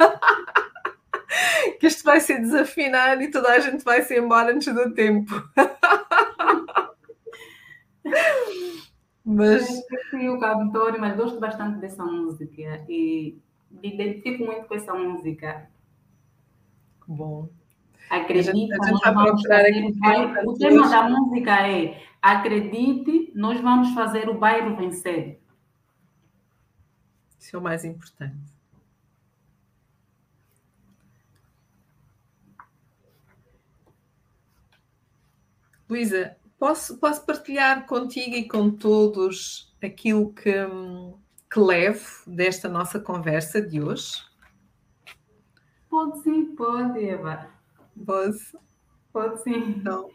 Que isto vai ser desafinado e toda a gente vai se embora antes do tempo. Mas eu o cantor, mas gosto bastante dessa música e me identifico muito com essa música. Bom. Acredite, nós vamos fazer o bairro. O tema da música é: acredite, nós vamos fazer o bairro vencer. Isso é o mais importante. Luísa, posso partilhar contigo e com todos aquilo que levo desta nossa conversa de hoje? Pode sim, pode, Eva. Posso? Pode sim. Então,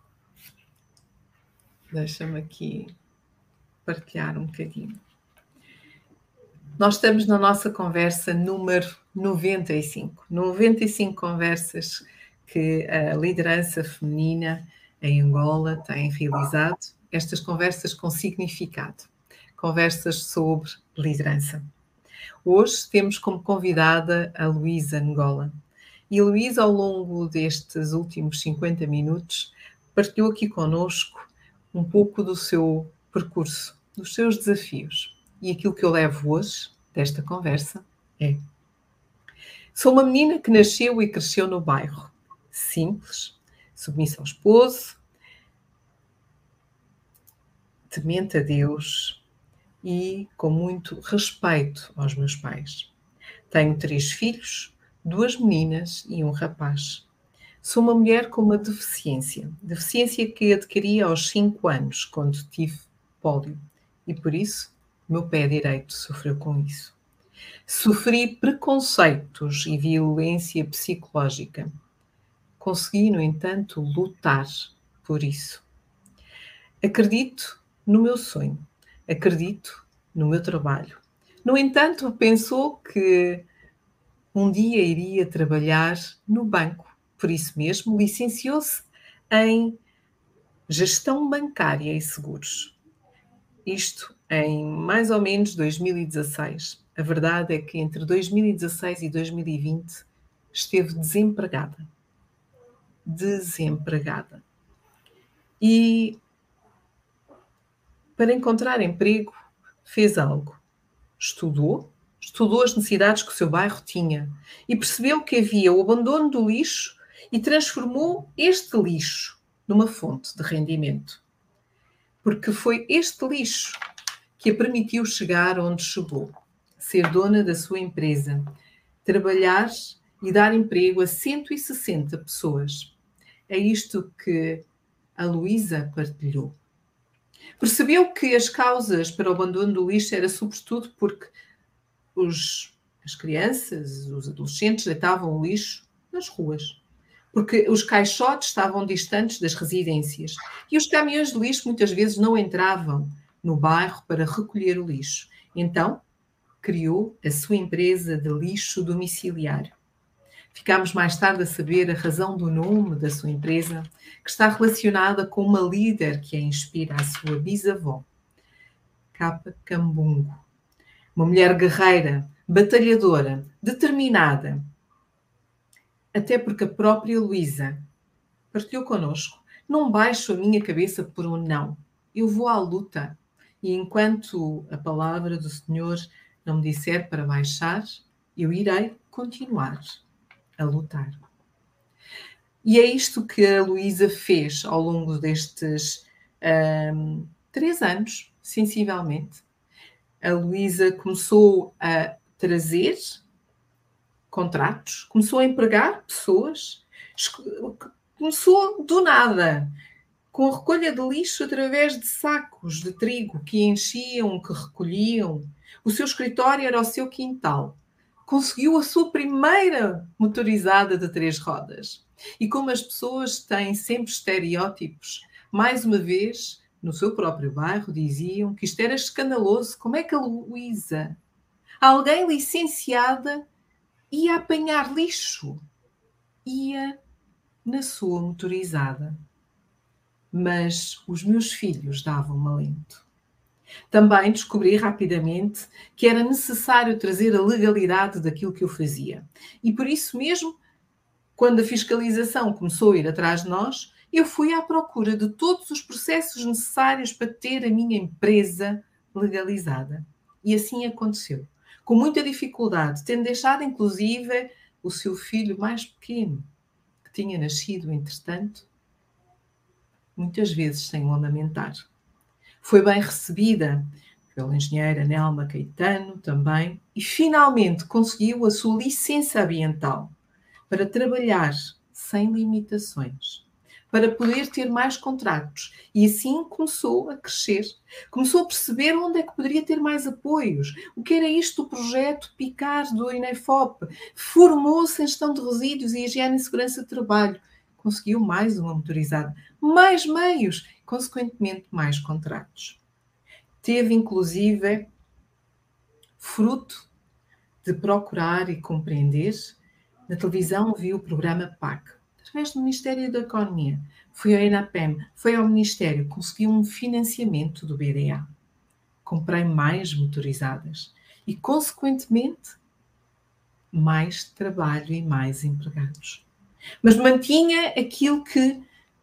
deixa-me aqui partilhar um bocadinho. Nós estamos na nossa conversa número 95. 95 conversas que a liderança feminina em Angola tem realizado. Estas conversas com significado. Conversas sobre liderança. Hoje temos como convidada a Luísa Ngola. E a Luísa, ao longo destes últimos 50 minutos, partilhou aqui connosco um pouco do seu percurso, dos seus desafios. E aquilo que eu levo hoje desta conversa é: sou uma menina que nasceu e cresceu no bairro. Simples, submissa ao esposo, temente a Deus e com muito respeito aos meus pais. Tenho 3 filhos, 2 meninas e um rapaz. Sou uma mulher com uma deficiência que adquiri aos 5 anos, quando tive pólio, e por isso o meu pé direito sofreu com isso. Sofri preconceitos e violência psicológica. Consegui, no entanto, lutar por isso. Acredito no meu sonho, acredito no meu trabalho, No entanto, pensou que um dia iria trabalhar no banco. Por isso mesmo, licenciou-se em Gestão Bancária e Seguros. Isto em mais ou menos 2016. A verdade é que entre 2016 e 2020 esteve desempregada. Desempregada. E para encontrar emprego, fez algo. Estudou as necessidades que o seu bairro tinha e percebeu que havia o abandono do lixo e transformou este lixo numa fonte de rendimento. Porque foi este lixo que a permitiu chegar onde chegou, ser dona da sua empresa, trabalhar e dar emprego a 160 pessoas. É isto que a Luísa partilhou. Percebeu que as causas para o abandono do lixo era sobretudo porque as crianças, os adolescentes deitavam o lixo nas ruas, porque os caixotes estavam distantes das residências e os caminhões de lixo muitas vezes não entravam no bairro para recolher o lixo. Então, criou a sua empresa de lixo domiciliário. Ficámos mais tarde a saber a razão do nome da sua empresa, que está relacionada com uma líder que a inspira, a sua bisavó, Capa Cambungo. Uma mulher guerreira, batalhadora, determinada. Até porque a própria Luísa partilhou connosco: não baixo a minha cabeça por um não. Eu vou à luta. E enquanto a palavra do Senhor não me disser para baixar, eu irei continuar a lutar. E é isto que a Luísa fez ao longo destes 3 anos, sensivelmente. A Luísa começou a trazer contratos, começou a empregar pessoas, começou do nada, com a recolha de lixo através de sacos de trigo que enchiam, que recolhiam. O seu escritório era o seu quintal. Conseguiu a sua primeira motorizada de 3 rodas. E como as pessoas têm sempre estereótipos, mais uma vez, no seu próprio bairro, diziam que isto era escandaloso. Como é que a Luísa, alguém licenciada, ia apanhar lixo? Ia na sua motorizada. Mas os meus filhos davam-me alento. Também descobri rapidamente que era necessário trazer a legalidade daquilo que eu fazia. E por isso mesmo, quando a fiscalização começou a ir atrás de nós, eu fui à procura de todos os processos necessários para ter a minha empresa legalizada. E assim aconteceu. Com muita dificuldade, tendo deixado inclusive o seu filho mais pequeno, que tinha nascido entretanto, muitas vezes sem o amamentar. Foi bem recebida pela engenheira Nelma Caetano também e finalmente conseguiu a sua licença ambiental para trabalhar sem limitações, para poder ter mais contratos. E assim começou a crescer, começou a perceber onde é que poderia ter mais apoios. O que era isto do projeto PICAR do INEFOP? Formou-se em gestão de resíduos e higiene e segurança de trabalho. Conseguiu mais uma motorizada, mais meios, consequentemente mais contratos. Teve, inclusive, fruto de procurar e compreender. Na televisão viu o programa PAC, através do Ministério da Economia. Foi ao ENAPEM, foi ao Ministério, conseguiu um financiamento do BDA. Comprei mais motorizadas e, consequentemente, mais trabalho e mais empregados. Mas mantinha aquilo que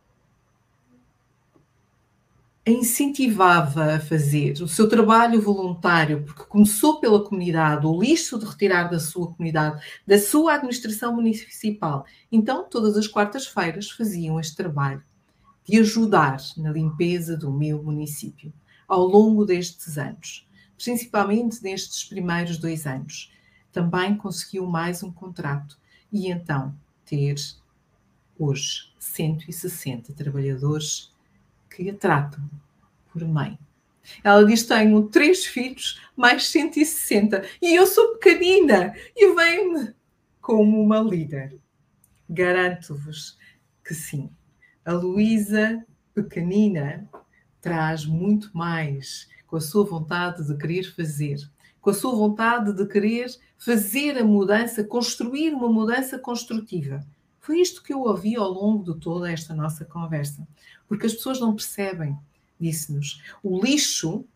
a incentivava a fazer, o seu trabalho voluntário, porque começou pela comunidade, o lixo de retirar da sua comunidade, da sua administração municipal. Então, todas as quartas-feiras faziam este trabalho de ajudar na limpeza do meu município, ao longo destes anos, principalmente nestes primeiros 2 anos. Também conseguiu mais um contrato e então ter hoje 160 trabalhadores que a tratam por mãe. Ela diz: tenho 3 filhos, mais 160, e eu sou pequenina, e venho-me como uma líder. Garanto-vos que sim. A Luísa, pequenina, traz muito mais com a sua vontade de querer fazer, com a sua vontade de querer fazer a mudança, construir uma mudança construtiva. Foi isto que eu ouvi ao longo de toda esta nossa conversa. Porque as pessoas não percebem, disse-nos. O lixo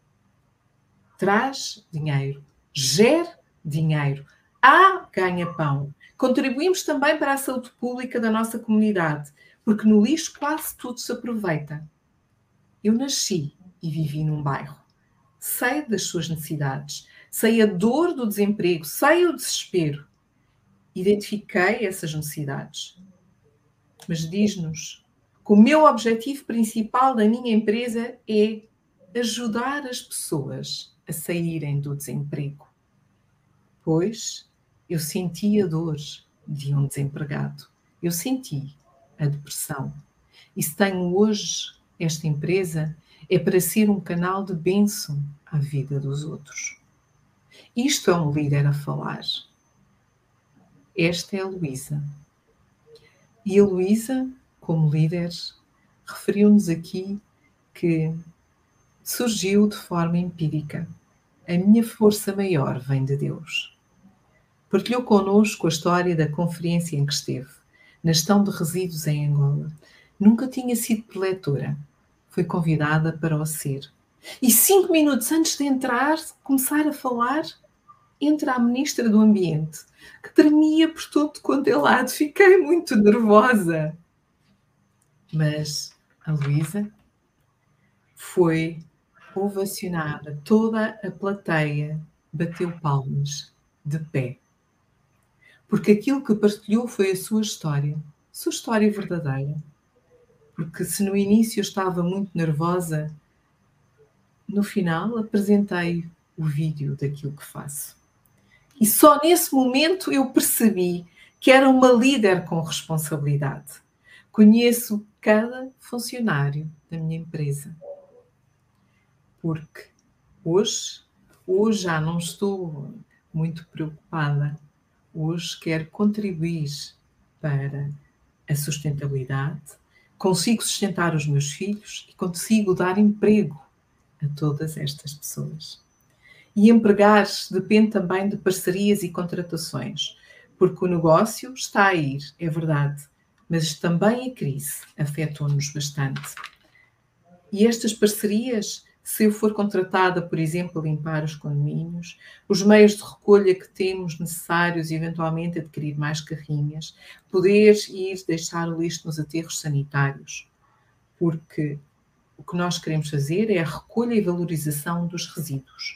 traz dinheiro, gera dinheiro, há ganha-pão. Contribuímos também para a saúde pública da nossa comunidade, porque no lixo quase tudo se aproveita. Eu nasci e vivi num bairro. Sei das suas necessidades, sei a dor do desemprego, sei o desespero. Identifiquei essas necessidades. Mas diz-nos que o meu objetivo principal da minha empresa é ajudar as pessoas a saírem do desemprego. Pois eu senti a dor de um desempregado. Eu senti a depressão. E se tenho hoje esta empresa, é para ser um canal de bênção à vida dos outros. Isto é um líder a falar. Esta é a Luísa. E a Luísa, como líder, referiu-nos aqui que surgiu de forma empírica. A minha força maior vem de Deus. Partilhou connosco a história da conferência em que esteve, na gestão de resíduos em Angola. Nunca tinha sido preletora. Foi convidada para o ser. E 5 minutos antes de entrar, começar a falar, entra a Ministra do Ambiente, que tremia por todo quanto é lado. Fiquei muito nervosa. Mas a Luísa foi ovacionada. Toda a plateia bateu palmas, de pé. Porque aquilo que partilhou foi a sua história verdadeira. Porque se no início eu estava muito nervosa, no final apresentei o vídeo daquilo que faço. E só nesse momento eu percebi que era uma líder com responsabilidade. Conheço cada funcionário da minha empresa. Porque hoje já não estou muito preocupada. Hoje quero contribuir para a sustentabilidade, consigo sustentar os meus filhos e consigo dar emprego a todas estas pessoas. E empregar depende também de parcerias e contratações, porque o negócio está a ir, é verdade, mas também a crise afetou-nos bastante. E estas parcerias, se eu for contratada, por exemplo, a limpar os condomínios, os meios de recolha que temos necessários e eventualmente adquirir mais carrinhas, poder ir deixar o lixo nos aterros sanitários, porque o que nós queremos fazer é a recolha e valorização dos resíduos.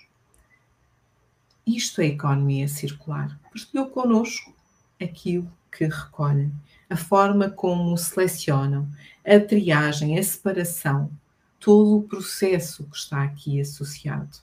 Isto é economia circular. Percebeu connosco aquilo que recolhem, a forma como selecionam, a triagem, a separação, todo o processo que está aqui associado.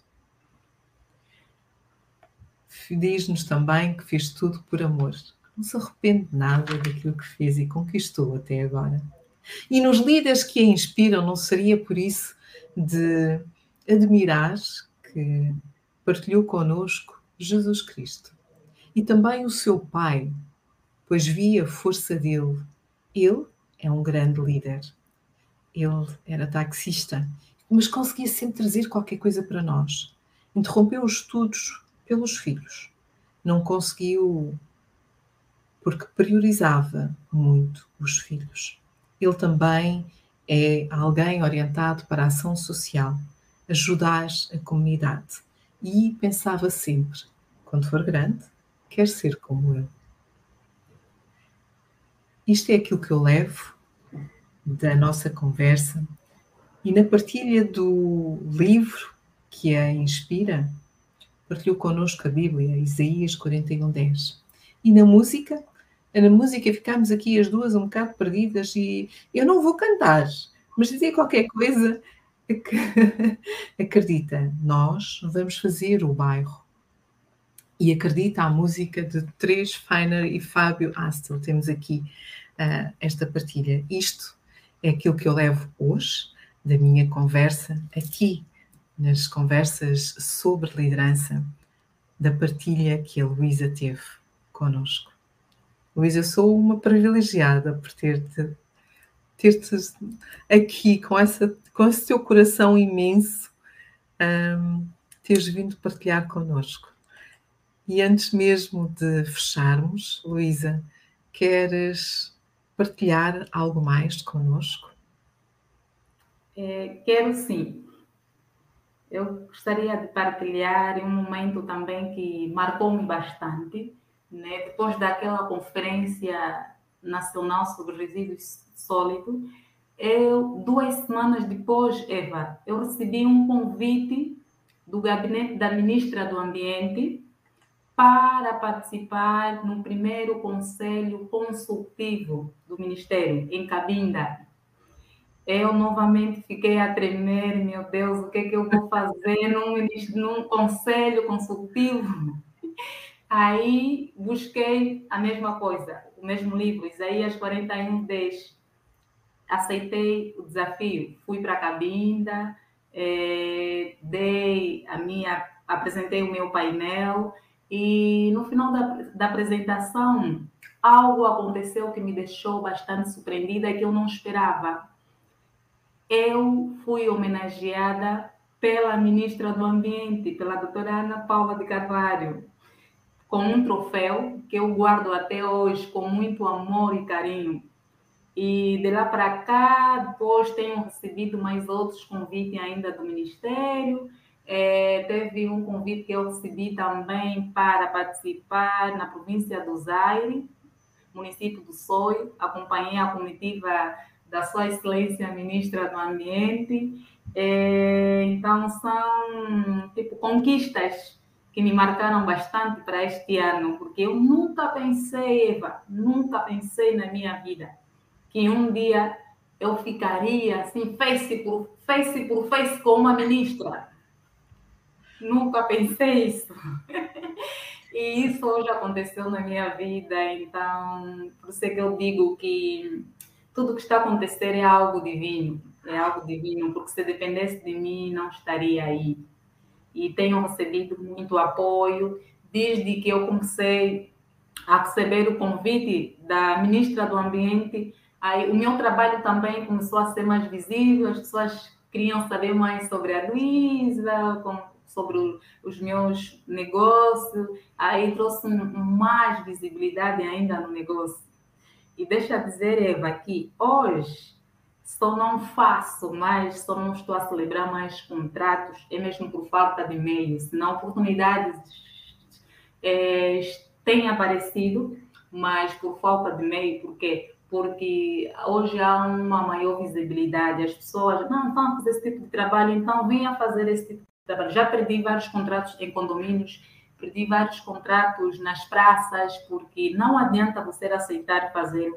Diz-nos também que fez tudo por amor. Não se arrepende de nada daquilo que fez e conquistou até agora. E nos líderes que a inspiram, não seria por isso de admirar que partilhou connosco Jesus Cristo. E também o seu Pai, pois via a força dele. Ele é um grande líder. Ele era taxista, mas conseguia sempre trazer qualquer coisa para nós. Interrompeu os estudos pelos filhos. Não conseguiu, porque priorizava muito os filhos. Ele também é alguém orientado para a ação social, ajudar a comunidade. E pensava sempre, quando for grande, quer ser como eu. Isto é aquilo que eu levo da nossa conversa e na partilha do livro que a inspira, partilhou connosco a Bíblia, Isaías 41:10. E na música ficámos aqui as duas um bocado perdidas e eu não vou cantar, mas dizer qualquer coisa que acredita, nós vamos fazer o bairro. E acredita a música de Teresa Feiner e Fábio Astel. Temos aqui esta partilha. Isto é aquilo que eu levo hoje da minha conversa aqui, nas conversas sobre liderança, da partilha que a Luísa teve connosco. Luísa, eu sou uma privilegiada por ter-te aqui com esse teu coração imenso, teres vindo partilhar connosco. E antes mesmo de fecharmos, Luísa, queres partilhar algo mais connosco? Quero sim. Eu gostaria de partilhar um momento também que marcou-me bastante, né? Depois daquela conferência nacional sobre resíduos sólidos, 2 semanas depois, Eva, eu recebi um convite do gabinete da ministra do Ambiente para participar no primeiro conselho consultivo do Ministério, em Cabinda. Eu novamente fiquei a tremer, meu Deus, o que é que eu vou fazer num conselho consultivo? Aí busquei a mesma coisa, o mesmo livro, Isaías 41:10. Aceitei o desafio, fui para a Cabinda, apresentei o meu painel e no final da apresentação algo aconteceu que me deixou bastante surpreendida e que eu não esperava. Eu fui homenageada pela ministra do Ambiente, pela doutora Ana Paula de Carvalho, com um troféu que eu guardo até hoje com muito amor e carinho. E de lá para cá, depois tenho recebido mais outros convites ainda do Ministério. Teve um convite que eu recebi também para participar na província do Zaire, município do Soio. Acompanhei a comitiva da Sua Excelência Ministra do Ambiente. Então, são tipo conquistas que me marcaram bastante para este ano, porque eu nunca pensei, Eva, nunca pensei na minha vida que um dia eu ficaria assim, face por face com uma ministra. Nunca pensei isso. E isso hoje aconteceu na minha vida, então, por isso é que eu digo que tudo que está a acontecer é algo divino, porque se dependesse de mim, não estaria aí. E tenho recebido muito apoio, desde que eu comecei a receber o convite da ministra do Ambiente. Aí, o meu trabalho também começou a ser mais visível, as pessoas queriam saber mais sobre a Luísa, sobre os meus negócios, aí trouxe mais visibilidade ainda no negócio. E deixa eu dizer, Eva, que hoje só não faço mais, só não estou a celebrar mais contratos, é mesmo por falta de meios, senão oportunidades têm aparecido, mas por falta de meio, por quê? Porque hoje há uma maior visibilidade, as pessoas não estão a fazer esse tipo de trabalho, então venha fazer esse tipo de trabalho. Já perdi vários contratos em condomínios, perdi vários contratos nas praças, porque não adianta você aceitar fazer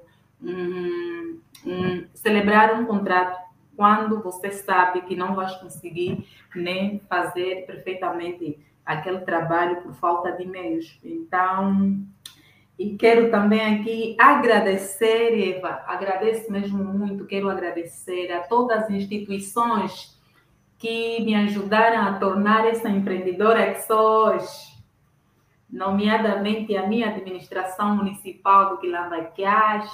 celebrar um contrato quando você sabe que não vai conseguir nem fazer perfeitamente aquele trabalho por falta de meios. Então, e quero também aqui agradecer, Eva, agradeço mesmo muito, quero agradecer a todas as instituições que me ajudaram a tornar essa empreendedora que sou hoje, nomeadamente a minha administração municipal do Quilambaquiás,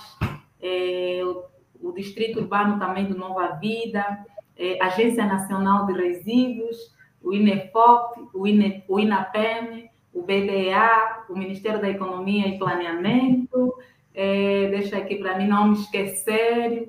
o Distrito Urbano também do Nova Vida, a Agência Nacional de Resíduos, o INEFOP, o INAPEM, o BDA, o Ministério da Economia e Planeamento, deixa aqui para mim não me esquecer,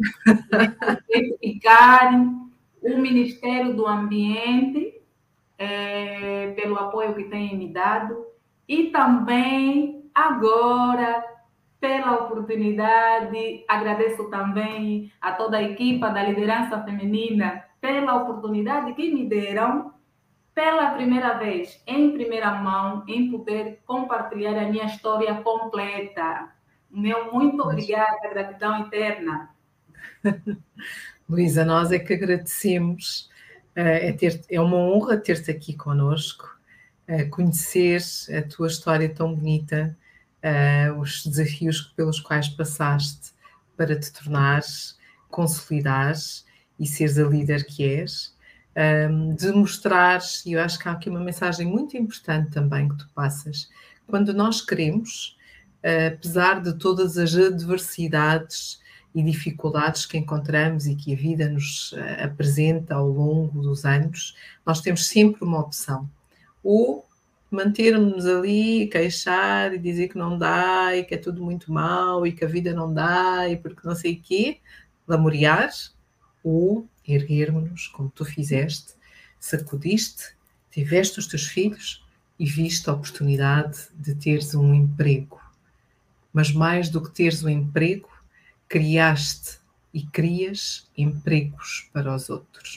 o Ministério do Ambiente, pelo apoio que tem me dado, e também agora pela oportunidade, agradeço também a toda a equipa da liderança feminina pela oportunidade que me deram pela primeira vez, em primeira mão, em poder compartilhar a minha história completa. Meu muito obrigada, gratidão eterna. Luísa, nós é que agradecemos, é uma honra ter-te aqui connosco, conhecer a tua história tão bonita, os desafios pelos quais passaste para te tornares, consolidares e seres a líder que és, de mostrares, e eu acho que há aqui uma mensagem muito importante também que tu passas, quando nós queremos, apesar de todas as adversidades e dificuldades que encontramos e que a vida nos apresenta ao longo dos anos, nós temos sempre uma opção. ou mantermos-nos ali, queixar e dizer que não dá e que é tudo muito mau e que a vida não dá e porque não sei o quê, lamuriar, ou erguermos-nos, como tu fizeste, sacudiste, tiveste os teus filhos e viste a oportunidade de teres um emprego. Mas mais do que teres um emprego, criaste e crias empregos para os outros.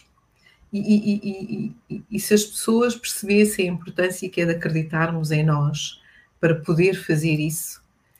E se as pessoas percebessem a importância que é de acreditarmos em nós para poder fazer isso,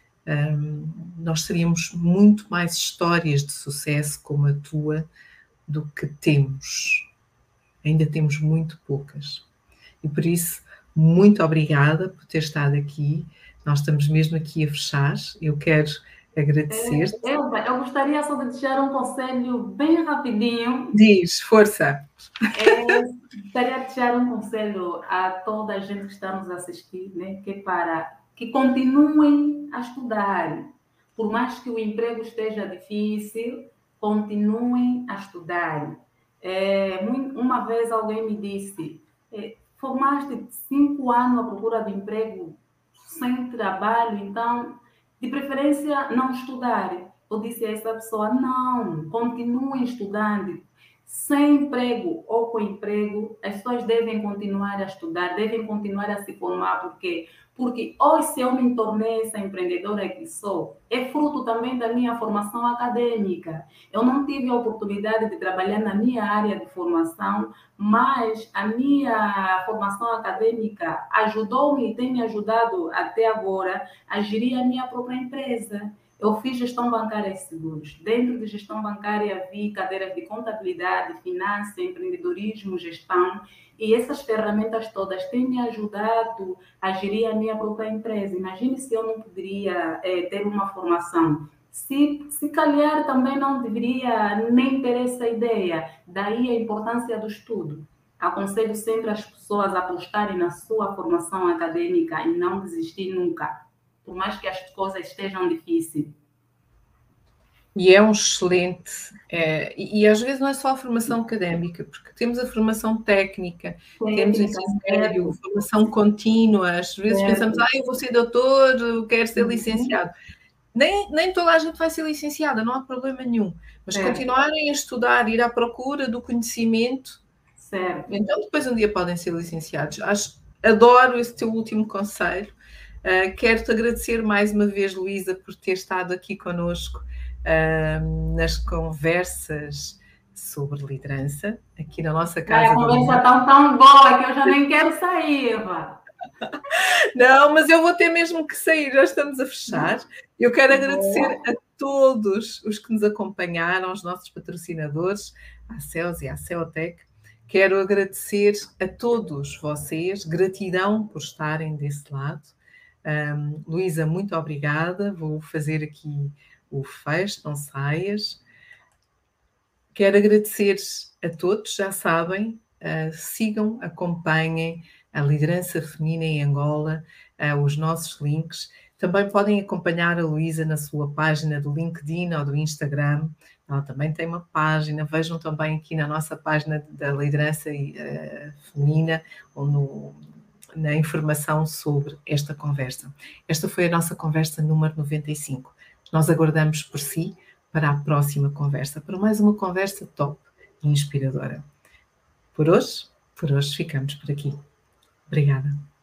nós teríamos muito mais histórias de sucesso como a tua do que temos. Ainda temos muito poucas. E por isso, muito obrigada por ter estado aqui. Nós estamos mesmo aqui a fechar. Eu quero agradecer-te. Elva, eu gostaria só de deixar um conselho bem rapidinho. Diz, força! Gostaria de deixar um conselho a toda a gente que está nos assistir, né? Que é para que continuem a estudar. Por mais que o emprego esteja difícil, continuem a estudar. Uma vez alguém me disse, formaste 5 anos à procura de emprego sem trabalho, então, de preferência, não estudar. Eu disse a essa pessoa, não, continuem estudando. Sem emprego ou com emprego, as pessoas devem continuar a estudar, devem continuar a se formar, porque hoje, se eu me tornei essa empreendedora que sou, é fruto também da minha formação acadêmica. Eu não tive a oportunidade de trabalhar na minha área de formação, mas a minha formação acadêmica ajudou-me e tem me ajudado até agora a gerir a minha própria empresa. Eu fiz gestão bancária e seguros. Dentro de gestão bancária, vi cadeiras de contabilidade, finanças, empreendedorismo, gestão. E essas ferramentas todas têm me ajudado a gerir a minha própria empresa. Imagine se eu não poderia ter uma formação. Se calhar também não deveria nem ter essa ideia. Daí a importância do estudo. Aconselho sempre as pessoas a apostarem na sua formação acadêmica e não desistir nunca, por mais que as coisas estejam difíceis. E é um excelente, e às vezes não é só a formação académica, porque temos a formação técnica, temos ensino médio, formação contínua, às vezes pensamos, eu vou ser doutor, eu quero ser licenciado. Nem toda a gente vai ser licenciada, não há problema nenhum, mas continuarem a estudar, ir à procura do conhecimento, então depois um dia podem ser licenciados. Adoro esse teu último conselho. Quero-te agradecer mais uma vez, Luísa, por ter estado aqui connosco nas conversas sobre liderança, aqui na nossa casa. A conversa está tão boa que eu já nem quero sair, Eva. Não, mas eu vou ter mesmo que sair, já estamos a fechar. Eu quero agradecer a todos os que nos acompanharam, os nossos patrocinadores, a CEOS e a CEOTEC. Quero agradecer a todos vocês, gratidão por estarem desse lado. Luísa, muito obrigada. Vou fazer aqui o fecho, não saias. Quero agradecer a todos, já sabem, sigam, acompanhem a liderança feminina em Angola, os nossos links. Também podem acompanhar a Luísa na sua página do LinkedIn ou do Instagram. Ela também tem uma página. Vejam também aqui na nossa página da liderança feminina ou na informação sobre esta conversa. Esta foi a nossa conversa número 95. Nós aguardamos por si para a próxima conversa, para mais uma conversa top e inspiradora. Por hoje ficamos por aqui. Obrigada.